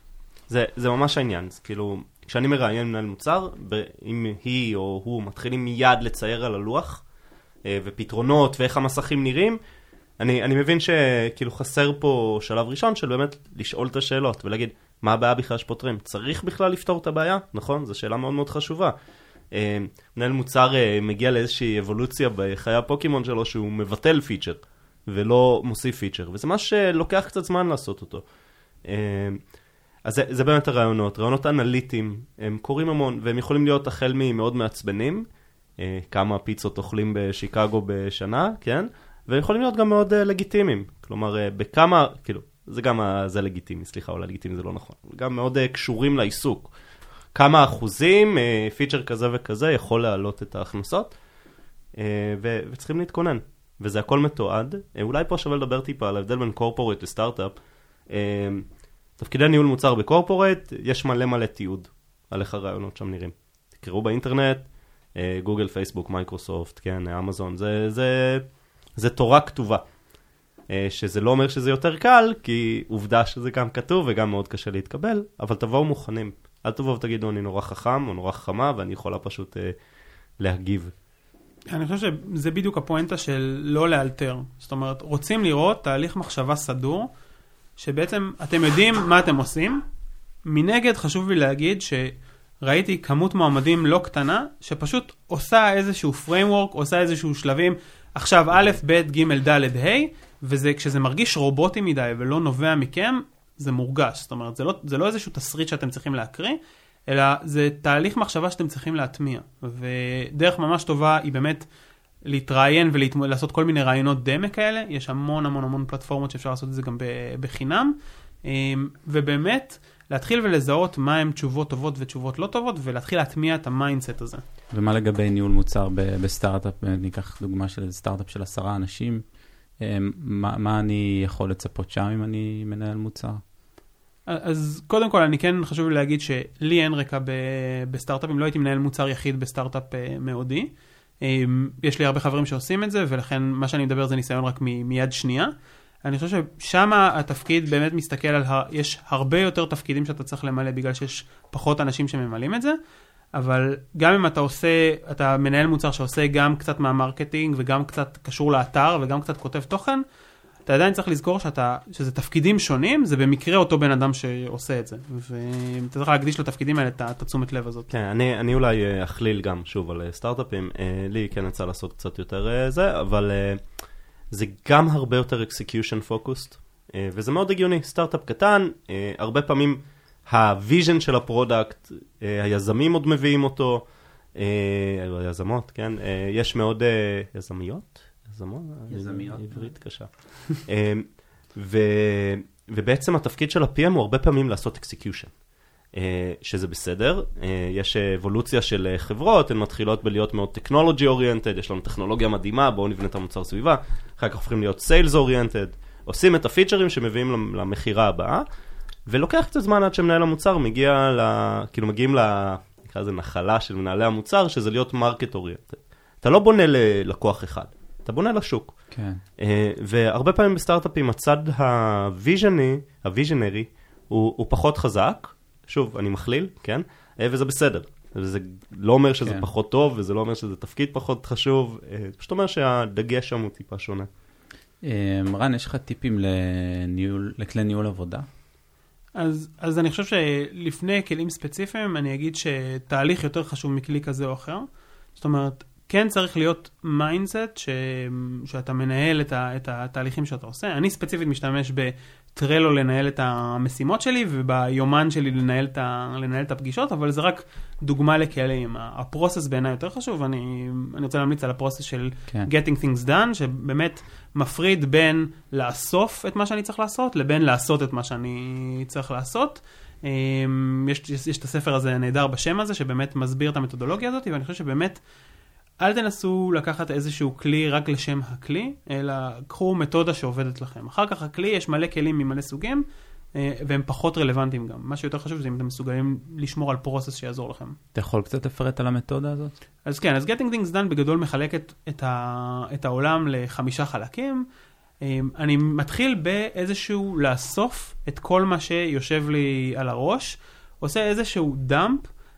זה ממש העניין. כאילו, כשאני מראיין מנהל מוצר, אם היא או הוא מתחילים מיד לצייר על הלוח, ופתרונות ואיך המסכים נראים, אני מבין שכאילו חסר פה שלב ראשון של באמת לשאול את השאלות ולהגיד, מה הבעיה בכלל שפותרים? צריך בכלל לפתור את הבעיה? נכון? זו שאלה מאוד מאוד חשובה. מנהל מוצר מגיע לאיזושהי אבולוציה בחיי הפוקימון שלו שהוא מבטל פיצ'ר ולא מוסיף פיצ'ר, וזה מה שלוקח קצת זמן לעשות אותו. אז זה באמת הרעיונות. רעיונות אנליטיים, הם קוראים המון, והם יכולים להיות החל ממאוד מעצבנים, כמה פיצות אוכלים בשיקגו בשנה, כן? ויכולים להיות גם מאוד לגיטימיים. כלומר, בכמה, כאילו, זה גם, זה לגיטימי, סליחה, אולי לגיטימי זה לא נכון. גם מאוד קשורים לעיסוק. כמה אחוזים, פיצ'ר כזה וכזה, יכול להעלות את ההכנסות, וצריכים להתכונן. וזה הכל מתועד. אולי פה שווה לדבר טיפה על ההבדל בין קורפורט לסטארט-אפ. תפקידי ניהול מוצר בקורפורט, יש מלא תיעוד על איך הרעיונות שם נראים. תקראו באינטרנט, גוגל, פייסבוק, מייקרוסופט, כן, אמזון, זה תורה כתובה. שזה לא אומר שזה יותר קל, כי עובדה שזה גם כתוב וגם מאוד קשה להתקבל, אבל תבואו מוכנים. אל תבואו ותגידו, אני נורא חכם או נורא חכמה, ואני יכולה פשוט להגיב. אני חושב שזה בדיוק הפואנטה של לא לאלתר. זאת אומרת, רוצים לראות תהליך מחשבה סדור, שבעצם אתם יודעים מה אתם עושים. מנגד חשוב לי להגיד שראיתי כמות מועמדים לא קטנה, שפשוט עושה איזשהו framework, עושה איזשהו שלבים, עכשיו א', ב', ג', ד', ה', וזה כשזה מרגיש רובוטי מדי ולא נובע מכם, זה מורגש. זאת אומרת, זה לא איזשהו תסריט שאתם צריכים להקריא, אלא זה תהליך מחשבה שאתם צריכים להטמיע. ודרך ממש טובה היא באמת להתראיין ולעשות כל מיני רעיונות דמה כאלה. יש המון פלטפורמות שאפשר לעשות את זה גם בחינם. ובאמת להתחיל ולזהות מה הם תשובות טובות ותשובות לא טובות, ולהתחיל להטמיע את המיינדסט הזה. ומה לגבי ניהול מוצר בסטארט-אפ? ניקח דוגמה של סטארט-אפ של 10 אנשים. מה אני יכול לצפות שם אם אני מנהל מוצר? אז קודם כל, אני כן חשוב לי להגיד שלי אין רקע בסטארט-אפים, לא הייתי מנהל מוצר יחיד בסטארט-אפ מאודי. יש לי הרבה חברים שעושים את זה, ולכן מה שאני מדבר זה ניסיון רק מיד שנייה. אני חושב ששם התפקיד באמת מסתכל על, יש הרבה יותר תפקידים שאתה צריך למלא, בגלל שיש פחות אנשים שממלאים את זה, אבל גם אם אתה מנהל מוצר שעושה גם קצת מהמרקטינג, וגם קצת קשור לאתר, וגם קצת כותב תוכן, אתה עדיין צריך לזכור שזה תפקידים שונים, זה במקרה אותו בן אדם שעושה את זה. ואתה צריך להקדיש לתפקידים האלה את התשומת לב הזאת. כן, אני אולי אכליל גם שוב על סטארט-אפים. לי כן יצא לעשות קצת יותר זה, אבל זה גם הרבה יותר execution focused, וזה מאוד הגיוני. סטארט-אפ קטן, הרבה פעמים הוויז'ן של הפרודקט, היזמים עוד מביאים אותו, היזמות, כן? יש מאוד יזמיות? יזמיות. עברית קשה. ובעצם התפקיד של ה-PM הוא הרבה פעמים לעשות execution, שזה בסדר. יש אבולוציה של חברות, הן מתחילות בלהיות מאוד technology oriented, יש לנו טכנולוגיה מדהימה, בואו נבנה את המוצר סביבה, אחר כך הופכים להיות sales oriented, עושים את הפיצ'רים שמביאים למחירה הבאה, ולוקח קצת זמן עד שמנהל המוצר מגיעים נקרא לזה נחלה של מנהלי המוצר, שזה להיות market oriented. אתה לא בונה ללקוח אחד, אתה בונה לשוק. כן. והרבה פעמים בסטארט-אפים הצד הוויז'נרי הוא פחות חזק, שוב, אני מכליל, כן? וזה בסדר. זה לא אומר שזה פחות טוב, וזה לא אומר שזה תפקיד פחות חשוב, פשוט אומר שהדגש שם הוא טיפה שונה. רן, יש לך טיפים לכלי ניהול עבודה? אז אני חושב שלפני כלים ספציפיים, אני אגיד שתהליך יותר חשוב מכלי כזה או אחר. זאת אומרת, כן צריך להיות מיינדסט שאתה מנהל את התהליכים שאתה עושה. אני ספציפית משתמש בטרלו לנהל את המשימות שלי, וביומן שלי לנהל את הפגישות, אבל זה רק דוגמה לכלים. הפרוסס בעיניי יותר חשוב, אני רוצה להמליץ על הפרוסס של getting things done, שבאמת מפריד בין לאסוף את מה שאני צריך לעשות, לבין לעשות את מה שאני צריך לעשות. יש את הספר הזה נהדר בשם הזה, שבאמת מסביר את המתודולוגיה הזאת, ואני חושב שבאמת אל תנסו לקחת איזשהו כלי רק לשם הכלי, אלא קחו מתודה שעובדת לכם. אחר כך הכלי, יש מלא כלים ממלא סוגים, והם פחות רלוונטיים גם. מה שיותר חשוב זה אם אתם מסוגלים לשמור על פרוסס שיעזור לכם. אתה יכול קצת לפרט על המתודה הזאת? אז כן, אז Getting Things Done בגדול מחלקת את העולם ל5 חלקים. אני מתחיל באיזשהו לאסוף את כל מה שיושב לי על הראש, עושה איזשהו דאמפ,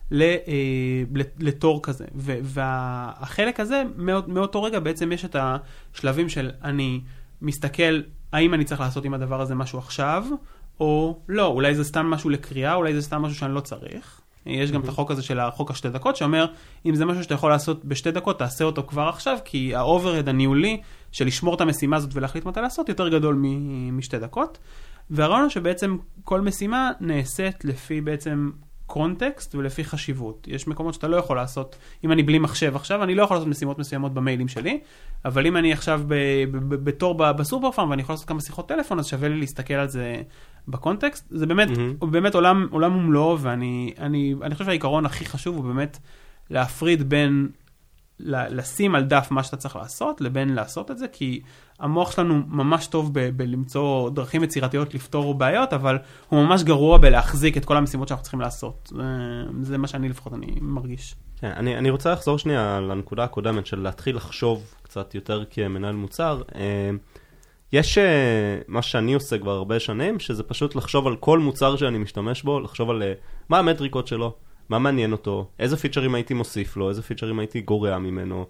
לתור כזה. והחלק הזה, מאותו רגע בעצם יש את השלבים של אני מסתכל האם אני צריך לעשות עם הדבר הזה משהו עכשיו, או לא, אולי זה סתם משהו לקריאה, אולי זה סתם משהו שאני לא צריך. יש גם את החוק הזה של החוק ה2 דקות, שאומר, אם זה משהו שאתה יכול לעשות ב2 דקות, תעשה אותו כבר עכשיו, כי האוברהד הניהולי של לשמור את המשימה הזאת ולהחליט מתי לעשות, יותר גדול מ2 דקות. והרעיון שבעצם כל משימה נעשית לפי בעצם קונטקסט ולפי חשיבות. יש מקומות שאתה לא יכול לעשות, אם אני בלי מחשב עכשיו, אני לא יכול לעשות משימות מסוימות במיילים שלי, אבל אם אני עכשיו בתור בסופר פארם ואני יכול לעשות כמה שיחות טלפון, אז שווה לי להסתכל על זה בקונטקסט. זה באמת, הוא באמת עולם ומלואו, ואני חושב שהעיקרון הכי חשוב הוא באמת להפריד בין לשים על דף מה שאתה צריך לעשות, לבין לעשות את זה, כי המוח שלנו ממש טוב בלמצוא דרכים יצירתיות לפתור בעיות, אבל הוא ממש גרוע בלהחזיק את כל המשימות שאנחנו צריכים לעשות. זה מה שאני לפחות אני מרגיש. כן, אני רוצה לחזור שנייה לנקודה הקודמת של להתחיל לחשוב קצת יותר כמנהל מוצר. יש מה שאני עושה כבר הרבה שנים, שזה פשוט לחשוב על כל מוצר שאני משתמש בו, לחשוב על מה המטריקות שלו, מה מעניין אותו, איזה פיצ'רים הייתי מוסיף לו, איזה פיצ'רים הייתי גורע ממנו,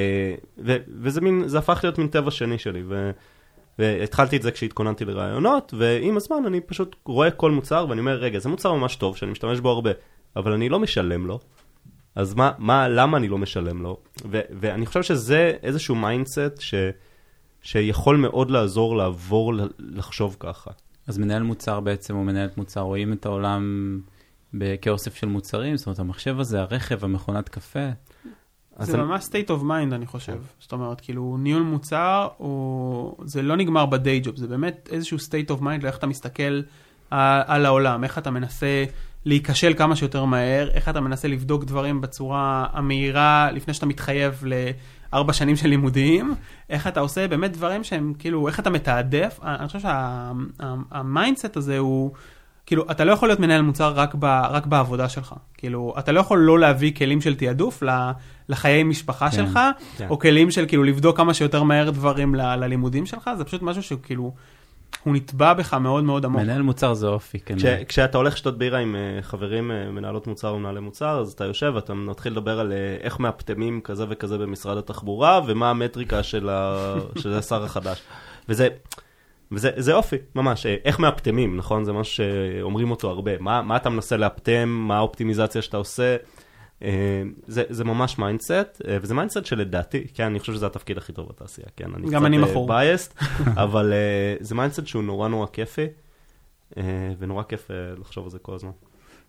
זה הפך להיות מין טבע שני שלי, והתחלתי את זה כשהתכוננתי לרעיונות, ועם הזמן אני פשוט רואה כל מוצר, ואני אומר, רגע, זה מוצר ממש טוב, שאני משתמש בו הרבה, אבל אני לא משלם לו, אז למה אני לא משלם לו? ואני חושב שזה איזשהו מיינדסט שיכול מאוד לעבור לחשוב ככה. אז מנהל מוצר בעצם, או מנהלת מוצר, רואים את העולם כאוסף של מוצרים, זאת אומרת, המחשב הזה, הרכב, המכונת קפה. זה ממש state of mind, אני חושב. זאת אומרת, כאילו, ניהול מוצר, זה לא נגמר ב-day job, זה באמת איזשהו state of mind, לאיך אתה מסתכל על העולם, איך אתה מנסה להיכשל כמה שיותר מהר, איך אתה מנסה לבדוק דברים בצורה המהירה, לפני שאתה מתחייב ל4 שנים של לימודים, איך אתה עושה באמת דברים שהם, כאילו, איך אתה מתעדף. אני חושב שהמיינדסט הזה הוא, כאילו, אתה לא יכול להיות מנהל מוצר רק בעבודה שלך. כאילו, אתה לא יכול לא להביא כלים של תיעדוף לחיי משפחה שלך, או כלים של, כאילו, לבדוק כמה שיותר מהר דברים ללימודים שלך. זה פשוט משהו שכאילו, הוא נטבע בך מאוד מאוד עמוק. מנהל מוצר זה אופי, כן. כשאתה הולך שתות בירה עם חברים, מנהלות מוצר ומנהלי מוצר, אז אתה יושב ואתה מתחיל לדבר על איך מאפטמים כזה וכזה במשרד התחבורה, ומה המטריקה של השר החדש. וזה אופי, ממש. איך מאפטמים, נכון? זה מה שאומרים אותו הרבה. מה אתה מנסה לאפטם, מה האופטימיזציה שאתה עושה. זה ממש מיינדסט, וזה מיינדסט שלדעתי, כן, אני חושב שזה התפקיד הכי טוב בתעשייה, כן, גם אני מחור. בייסט, אבל זה מיינדסט שהוא נורא נורא כיפי, ונורא כיף לחשוב על זה כל הזמן.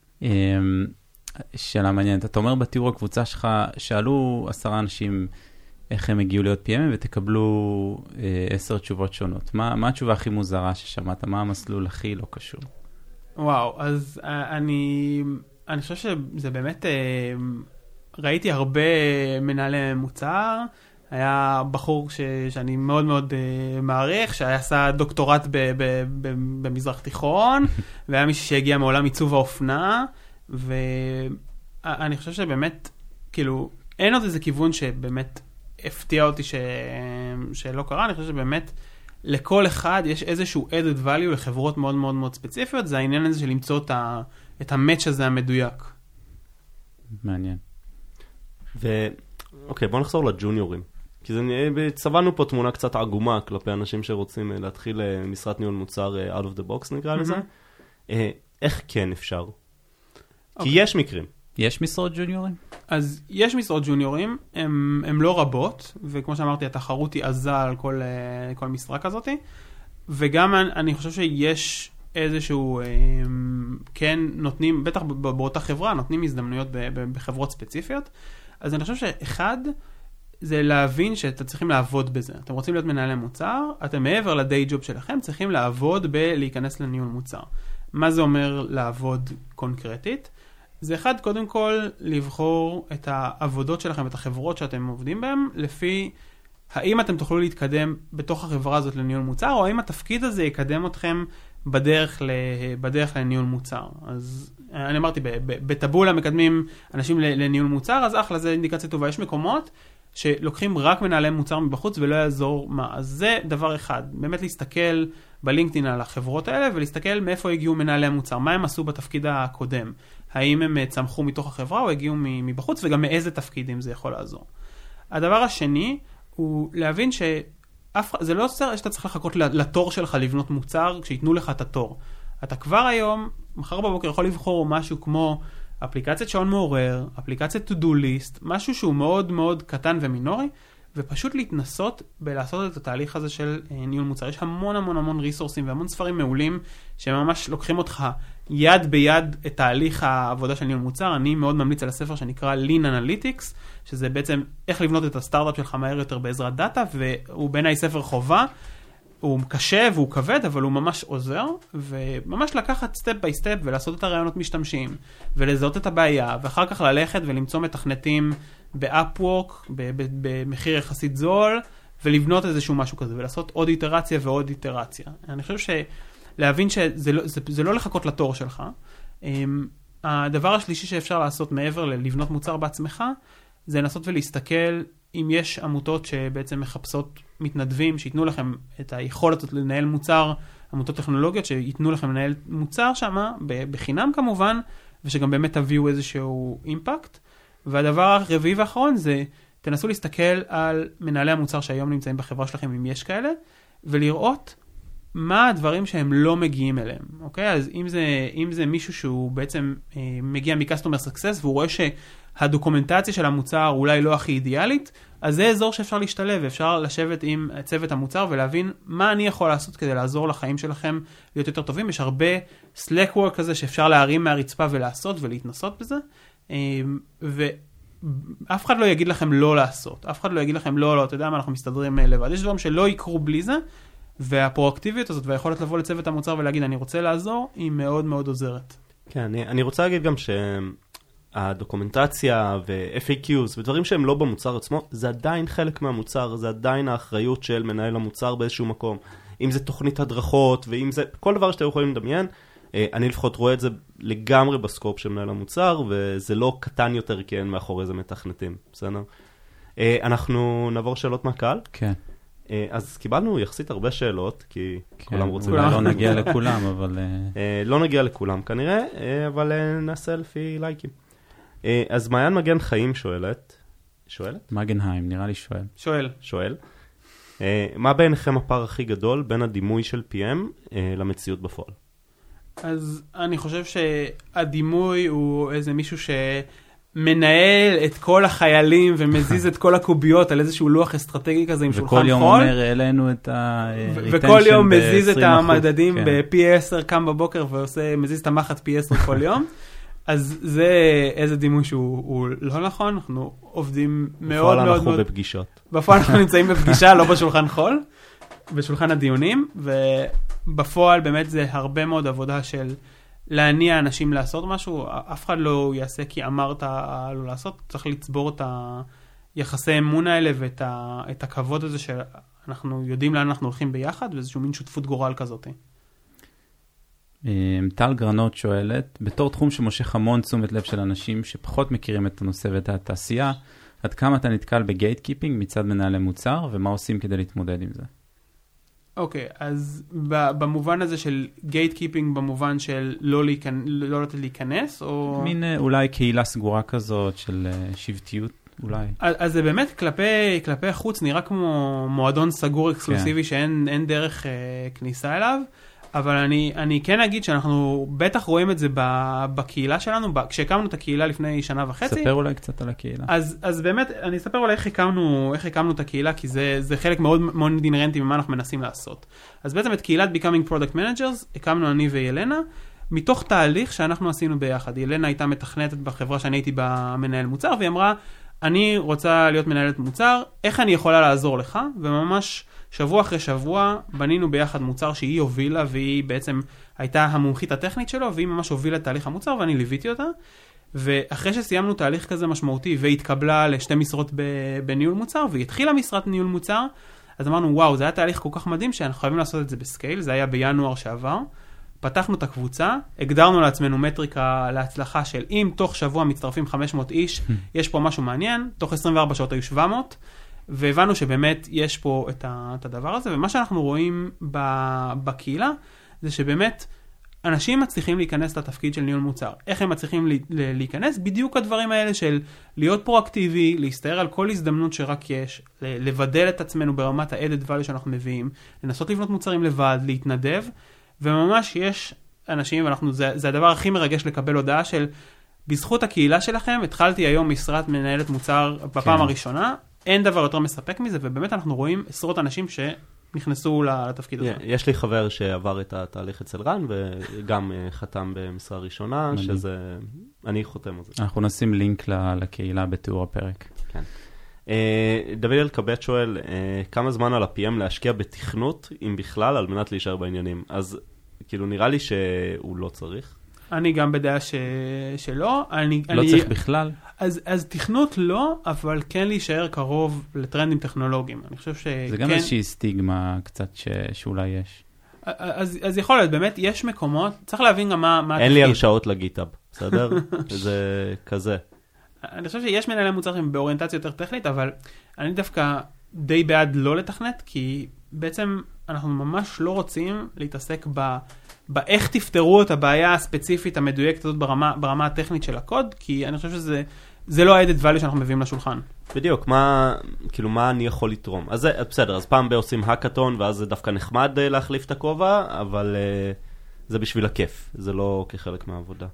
שאלה מעניינת, אתה אומר בתיאור הקבוצה שלך, שאלו 10 אנשים איך הם הגיעו להיות PM'ים, ותקבלו 10 תשובות שונות. מה התשובה הכי מוזרה ששמעת? מה המסלול הכי לא קשור? וואו, אז אני חושב שזה באמת, ראיתי הרבה מנהלי מוצר, היה בחור שאני מאוד מאוד מעריך, שהיה עשה דוקטורט במזרח תיכון, והיה מישהו שהגיע מעולם עיצוב האופנה, ואני חושב שבאמת, כאילו, אין עוד איזה כיוון שבאמת הפתיע אותי שלא קרה, אני חושב שבאמת לכל אחד יש איזשהו added value לחברות מאוד מאוד מאוד ספציפיות, זה העניין הזה של למצוא את המאץ' הזה המדויק. מעניין. אוקיי, בוא נחזור לג'וניורים. כי צבענו פה תמונה קצת עגומה כלפי אנשים שרוצים להתחיל משרת ניהול מוצר out of the box נקרא לזה. איך כן אפשר? כי יש מקרים. יש משרות ג'וניורים? אז יש משרות ג'וניורים, הם לא רבות, וכמו שאמרתי, התחרות היא עזה על כל משרה כזאת, וגם אני חושב שיש איזשהו, כן נותנים, בטח באותה חברה, נותנים הזדמנויות בחברות ספציפיות, אז אני חושב שאחד, זה להבין שאתם צריכים לעבוד בזה. אתם רוצים להיות מנהלי מוצר, אתם מעבר לדיי ג'וב שלכם, צריכים לעבוד בלהיכנס לניהול מוצר. מה זה אומר לעבוד קונקרטית? זה אחד, קודם כל, לבחור את העבודות שלכם, את החברות שאתם עובדים בהן, לפי האם אתם תוכלו להתקדם בתוך החברה הזאת לניהול מוצר, או האם התפקיד הזה יקדם אתכם בדרך לניהול מוצר. אז אני אמרתי, בטבולה מקדמים אנשים לניהול מוצר, אז אחלה, זה אינדיקציה טובה. יש מקומות שלוקחים רק מנהלי מוצר מבחוץ ולא יעזור מה. אז זה דבר אחד, באמת להסתכל בלינקדאין על החברות האלה, ולהסתכל מאיפה הגיעו מנהלי המוצר, מה הם עשו בתפקיד הקודם. האם הם צמחו מתוך החברה או הגיעו מבחוץ, וגם מאיזה תפקידים זה יכול לעזור. הדבר השני הוא להבין זה לא עושה שאתה צריך לחכות לתור שלך לבנות מוצר, כשיתנו לך את התור. אתה כבר היום, מחר בבוקר יכול לבחור משהו כמו אפליקציית שעון מעורר, אפליקציית to-do list, משהו שהוא מאוד מאוד קטן ומינורי, ופשוט להתנסות בלעשות את התהליך הזה של ניהול מוצר. יש המון המון המון ריסורסים והמון ספרים מעולים שממש לוקחים אותך יד ביד את תהליך העבודה של ניהול מוצר. אני מאוד ממליץ על הספר שנקרא Lean Analytics, שזה בעצם איך לבנות את הסטארט-אפ שלך מהר יותר בעזרת דאטה, והוא בעיניי ספר חובה. הוא קשה והוא כבד, אבל הוא ממש עוזר, וממש לקחת סטפ ביי סטפ ולעשות את הרעיונות משתמשים, ולזהות את הבעיה, ואחר כך ללכת ולמצוא מתכנתים ב-Upwork, במחיר יחסית זול, ולבנות איזשהו משהו כזה, ולעשות עוד איטרציה ועוד איטרציה. אני חושב להבין שזה לא לחכות לתור שלך. הדבר השלישי שאפשר לעשות מעבר ללבנות מוצר בעצמך, זה לנסות ולהסתכל אם יש עמותות שבעצם מחפשות מתנדבים, שיתנו לכם את היכולת לנהל מוצר, עמותות טכנולוגיות שיתנו לכם לנהל מוצר שם, בחינם כמובן, ושגם באמת תביאו איזשהו אימפקט. והדבר הרביעי והאחרון זה, תנסו להסתכל על מנהלי המוצר שהיום נמצאים בחברה שלכם, אם יש כאלה, ולראות מה הדברים שהם לא מגיעים אליהם, אוקיי? אז אם זה מישהו שהוא בעצם מגיע מ-Customer Success, והוא רואה שהדוקומנטציה של המוצר אולי לא הכי אידיאלית, אז זה אזור שאפשר להשתלב, ואפשר לשבת עם צוות המוצר ולהבין מה אני יכול לעשות כדי לעזור לחיים שלכם להיות יותר טובים. יש הרבה Slack work כזה שאפשר להרים מהרצפה ולעשות ולהתנסות בזה, ואף אחד לא יגיד לכם לא לעשות, אף אחד לא יגיד לכם לא, אתה יודע מה, אנחנו מסתדרים לבד. יש דברים שלא יקרו בלי זה, והפרואקטיביות הזאת והיכולת לבוא לצוות המוצר ולהגיד אני רוצה לעזור, היא מאוד מאוד עוזרת. כן, אני רוצה להגיד גם שהדוקומנטציה ו-FAQs ודברים שהם לא במוצר עצמו, זה עדיין חלק מהמוצר, זה עדיין האחריות של מנהל המוצר באיזשהו מקום. אם זה תוכנית הדרכות ואם זה כל דבר שאתם יכולים לדמיין, אני לפחות רואה את זה לגמרי בסקופ של מנהל המוצר, וזה לא קטן יותר כי אין מאחורי זה מתכנתים, בסדר? אנחנו נעבור שאלות מהקהל. כן. אז קיבלנו יחסית הרבה שאלות, כי כולם רוצים... אולי לא נגיע לכולם, אבל... לא נגיע לכולם כנראה, אבל נעשה לפי לייקים. אז מעיין מגן חיים שואלת? מגנהיים, נראה לי שואל. מה בעיניכם הפער הכי גדול בין הדימוי של PM למציאות בפועל? אז אני חושב שהדימוי הוא איזה מישהו מנהל את כל החיילים ומזיז את כל הקוביות על איזשהו לוח אסטרטגי כזה עם שולחן חול. וכל יום אומר, העלינו את ה-retention וכל יום מזיז את המדדים בפי 10, קם בבוקר ומזיז את המחט פי 10 כל יום. אז זה איזה דימוי שהוא לא נכון, אנחנו עובדים מאוד מאוד... בפועל אנחנו בפגישות. בפועל אנחנו נמצאים בפגישה, לא בשולחן חול, בשולחן הדיונים, ובפועל באמת זה הרבה מאוד עבודה של... להניע אנשים לעשות משהו, אף אחד לא יעשה כי אמרת לא לעשות, צריך לצבור את היחסי אמון האלה ואת הכבוד הזה שאנחנו יודעים לאן אנחנו הולכים ביחד, ואיזשהו מין שותפות גורל כזאת. טל גרנות שואלת, בתור תחום שמושך המון תשומת לב של אנשים שפחות מכירים את הנושא ואת התעשייה, עד כמה אתה נתקל בגייט קיפינג מצד מנהלי מוצר, ומה עושים כדי להתמודד עם זה? אוקיי, אז במובן הזה של גייט קיפינג, במובן של לא לתת להיכנס, או... מין אולי קהילה סגורה כזאת של שבטיות, אולי. אז זה באמת כלפי החוץ נראה כמו מועדון סגור אקסקלוסיבי שאין דרך כניסה אליו, אבל אני כן אגיד שאנחנו בטח רואים את זה בקהילה שלנו, כשהקמנו את הקהילה לפני שנה וחצי. ספר אולי קצת על הקהילה. אז באמת, אני אספר אולי איך הקמנו את הקהילה, כי זה חלק מאוד מאוד אינהרנטי ממה אנחנו מנסים לעשות. אז בעצם את קהילת Becoming Product Managers, הקמנו אני וילנה, מתוך תהליך שאנחנו עשינו ביחד. ילנה הייתה מתכנתת בחברה שאני הייתי במנהל מוצר, והיא אמרה, אני רוצה להיות מנהלת מוצר, איך אני יכולה לעזור לך? וממש שבוע אחרי שבוע בנינו ביחד מוצר שהיא הובילה, והיא בעצם הייתה המומחית הטכנית שלו, והיא ממש הובילה את תהליך המוצר, ואני ליוויתי אותה. ואחרי שסיימנו תהליך כזה משמעותי, והתקבלה לשתי משרות בניהול מוצר, והתחילה משרת ניהול מוצר, אז אמרנו, וואו, זה היה תהליך כל כך מדהים, שאנחנו חייבים לעשות את זה בסקייל, זה היה בינואר שעבר. פתחנו את הקבוצה, הגדרנו לעצמנו מטריקה להצלחה של אם תוך שבוע מצטרפים 500 איש, יש פה משהו מעניין, תוך 24 שעות היו 700, והבנו שבאמת יש פה את הדבר הזה, ומה שאנחנו רואים בקהילה, זה שבאמת אנשים מצליחים להיכנס לתפקיד של ניהול מוצר. איך הם מצליחים להיכנס? בדיוק הדברים האלה של להיות פרואקטיבי, להסתער על כל הזדמנות שרק יש, לבדל את עצמנו ברמת ה-added value שאנחנו מביאים, לנסות לבנות מוצרים לבד, להתנדב, וממש יש אנשים, זה הדבר הכי מרגש לקבל הודעה של, בזכות הקהילה שלכם, התחלתי היום משרת מנהלת מוצר בפעם הראשונה, אין דבר יותר מספק מזה, ובאמת אנחנו רואים עשרות אנשים שנכנסו לתפקיד הזה. יש לי חבר שעבר את התהליך אצל רן, וגם חתם במשרה ראשונה, שזה, אני חותם על זה. אנחנו נשים לינק לקהילה בתיאור הפרק. כן. דוד אלקבט שואל, כמה זמן על ה-PM להשקיע בתכנות, אם בכלל, על מנת להישאר בעניינים? אז כאילו נראה לי שהוא לא צריך. אני גם בדעה שלא. לא צריך בכלל? אז תכנות לא, אבל כן להישאר קרוב לטרנדים טכנולוגיים. אני חושב שכן... זה גם איזושהי סטיגמה קצת שאולי יש. אז יכול להיות, באמת יש מקומות, צריך להבין גם מה התפקיד. אין לי הרשאות לגיטאב, בסדר? זה כזה. אני חושב שיש מנהלי מוצרים באוריינטציה יותר טכנית, אבל אני דווקא די בעד לא לתכנת, כי בעצם אנחנו ממש לא רוצים להתעסק באיך תפתרו את הבעיה הספציפית המדויקת הזאת ברמה הטכנית של הקוד, כי אני חושב שזה לא ה-added value שאנחנו מביאים לשולחן. בדיוק, מה אני יכול לתרום? אז זה בסדר, אז פעם עושים האקתון, ואז זה דווקא נחמד להחליף את הכובע, אבל זה בשביל הכיף, זה לא כחלק מהעבודה.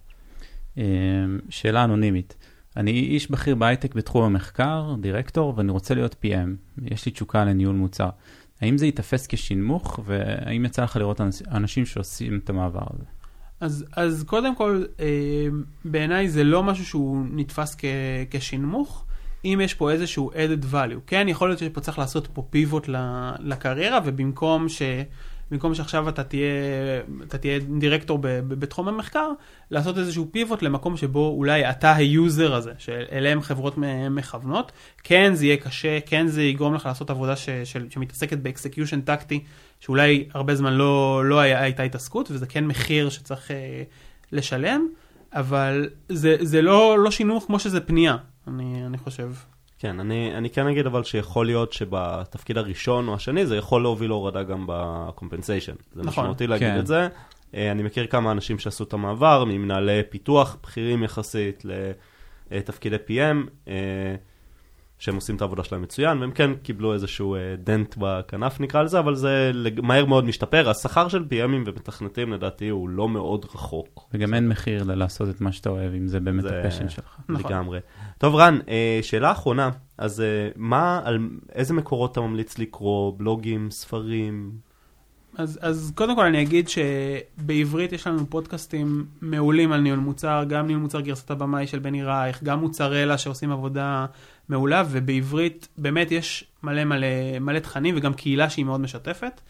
שאלה אנונימית. אני איש בכיר בהייטק בתחום המחקר, דירקטור, ואני רוצה להיות PM. יש לי תשוקה לניהול מוצר. האם זה יתפס כשנמוך, והאם יצא לך לראות אנשים שעושים את המעבר הזה? אז קודם כל, בעיניי זה לא משהו שהוא נתפס כשנמוך, אם יש פה איזשהו added value. כן, יכול להיות שפה צריך לעשות פה פיבוט לקריירה, ובמקום שעכשיו אתה תהיה דירקטור בתחום המחקר, לעשות איזשהו פיבוט למקום שבו אולי אתה היוזר הזה, שאליהם חברות מכוונות. כן, זה יהיה קשה, כן, זה יגרום לך לעשות עבודה שמתעסקת באקסקיושן טקטי, שאולי הרבה זמן לא הייתה התעסקות, וזה כן מחיר שצריך לשלם, אבל זה לא שינוך כמו שזה פנייה, אני חושב. כן, אני כן אגיד אבל שיכול להיות שבתפקיד הראשון או השני, זה יכול להוביל להורדה גם בקומפנסיישן. זה משמעותי להגיד את זה. אני מכיר כמה אנשים שעשו את המעבר, ממנהלי פיתוח, בכירים יחסית לתפקידי PM, שהם עושים את העבודה שלהם מצוין, והם כן קיבלו איזשהו דנט בכנף נקרא לזה, אבל זה מהר מאוד משתפר. השכר של PMים ומתכנתים לדעתי הוא לא מאוד רחוק. וגם אין מחיר לעשות את מה שאתה אוהב, אם זה באמת הפשן שלך. לגמרי. טוב רן, שאלה אחרונה, אז על איזה מקורות אתה ממליץ לקרוא? בלוגים, ספרים? אז קודם כל אני אגיד שבעברית יש לנו פודקאסטים מעולים על ניהול מוצר, גם ניהול מוצר גרסת הבמאי של בני רייך, גם מוצרלה שעושים עבודה מעולה, ובעברית באמת יש מלא תכנים וגם קהילה שהיא מאוד משתפת.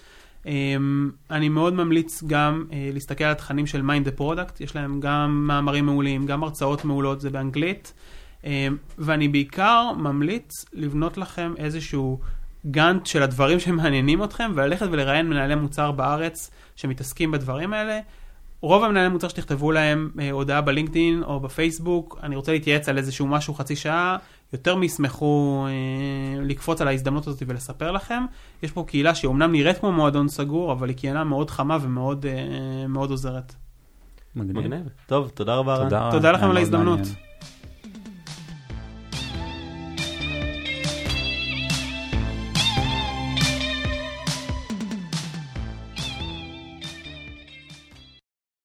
אני מאוד ממליץ גם להסתכל על התכנים של Mind the Product, יש להם גם מאמרים מעולים, גם הרצאות מעולות, זה באנגלית, ואני בעיקר ממליץ לבנות לכם איזשהו גאנט של הדברים שמעניינים אתכם, וללכת ולראיין מנהלי מוצר בארץ שמתעסקים בדברים האלה. רוב המנהלי מוצר שתכתבו להם הודעה בלינקדאין או בפייסבוק, אני רוצה להתייעץ על איזשהו משהו חצי שעה, יותר מישמחו לקפוץ על ההזדמנות הזאת ולספר לכם. יש פה קהילה שאומנם נראית כמו מועדון סגור, אבל היא קהילה מאוד חמה ומאוד מאוד עוזרת. מגניב. טוב, תודה רבה רן. תודה לכם על ההזדמנות.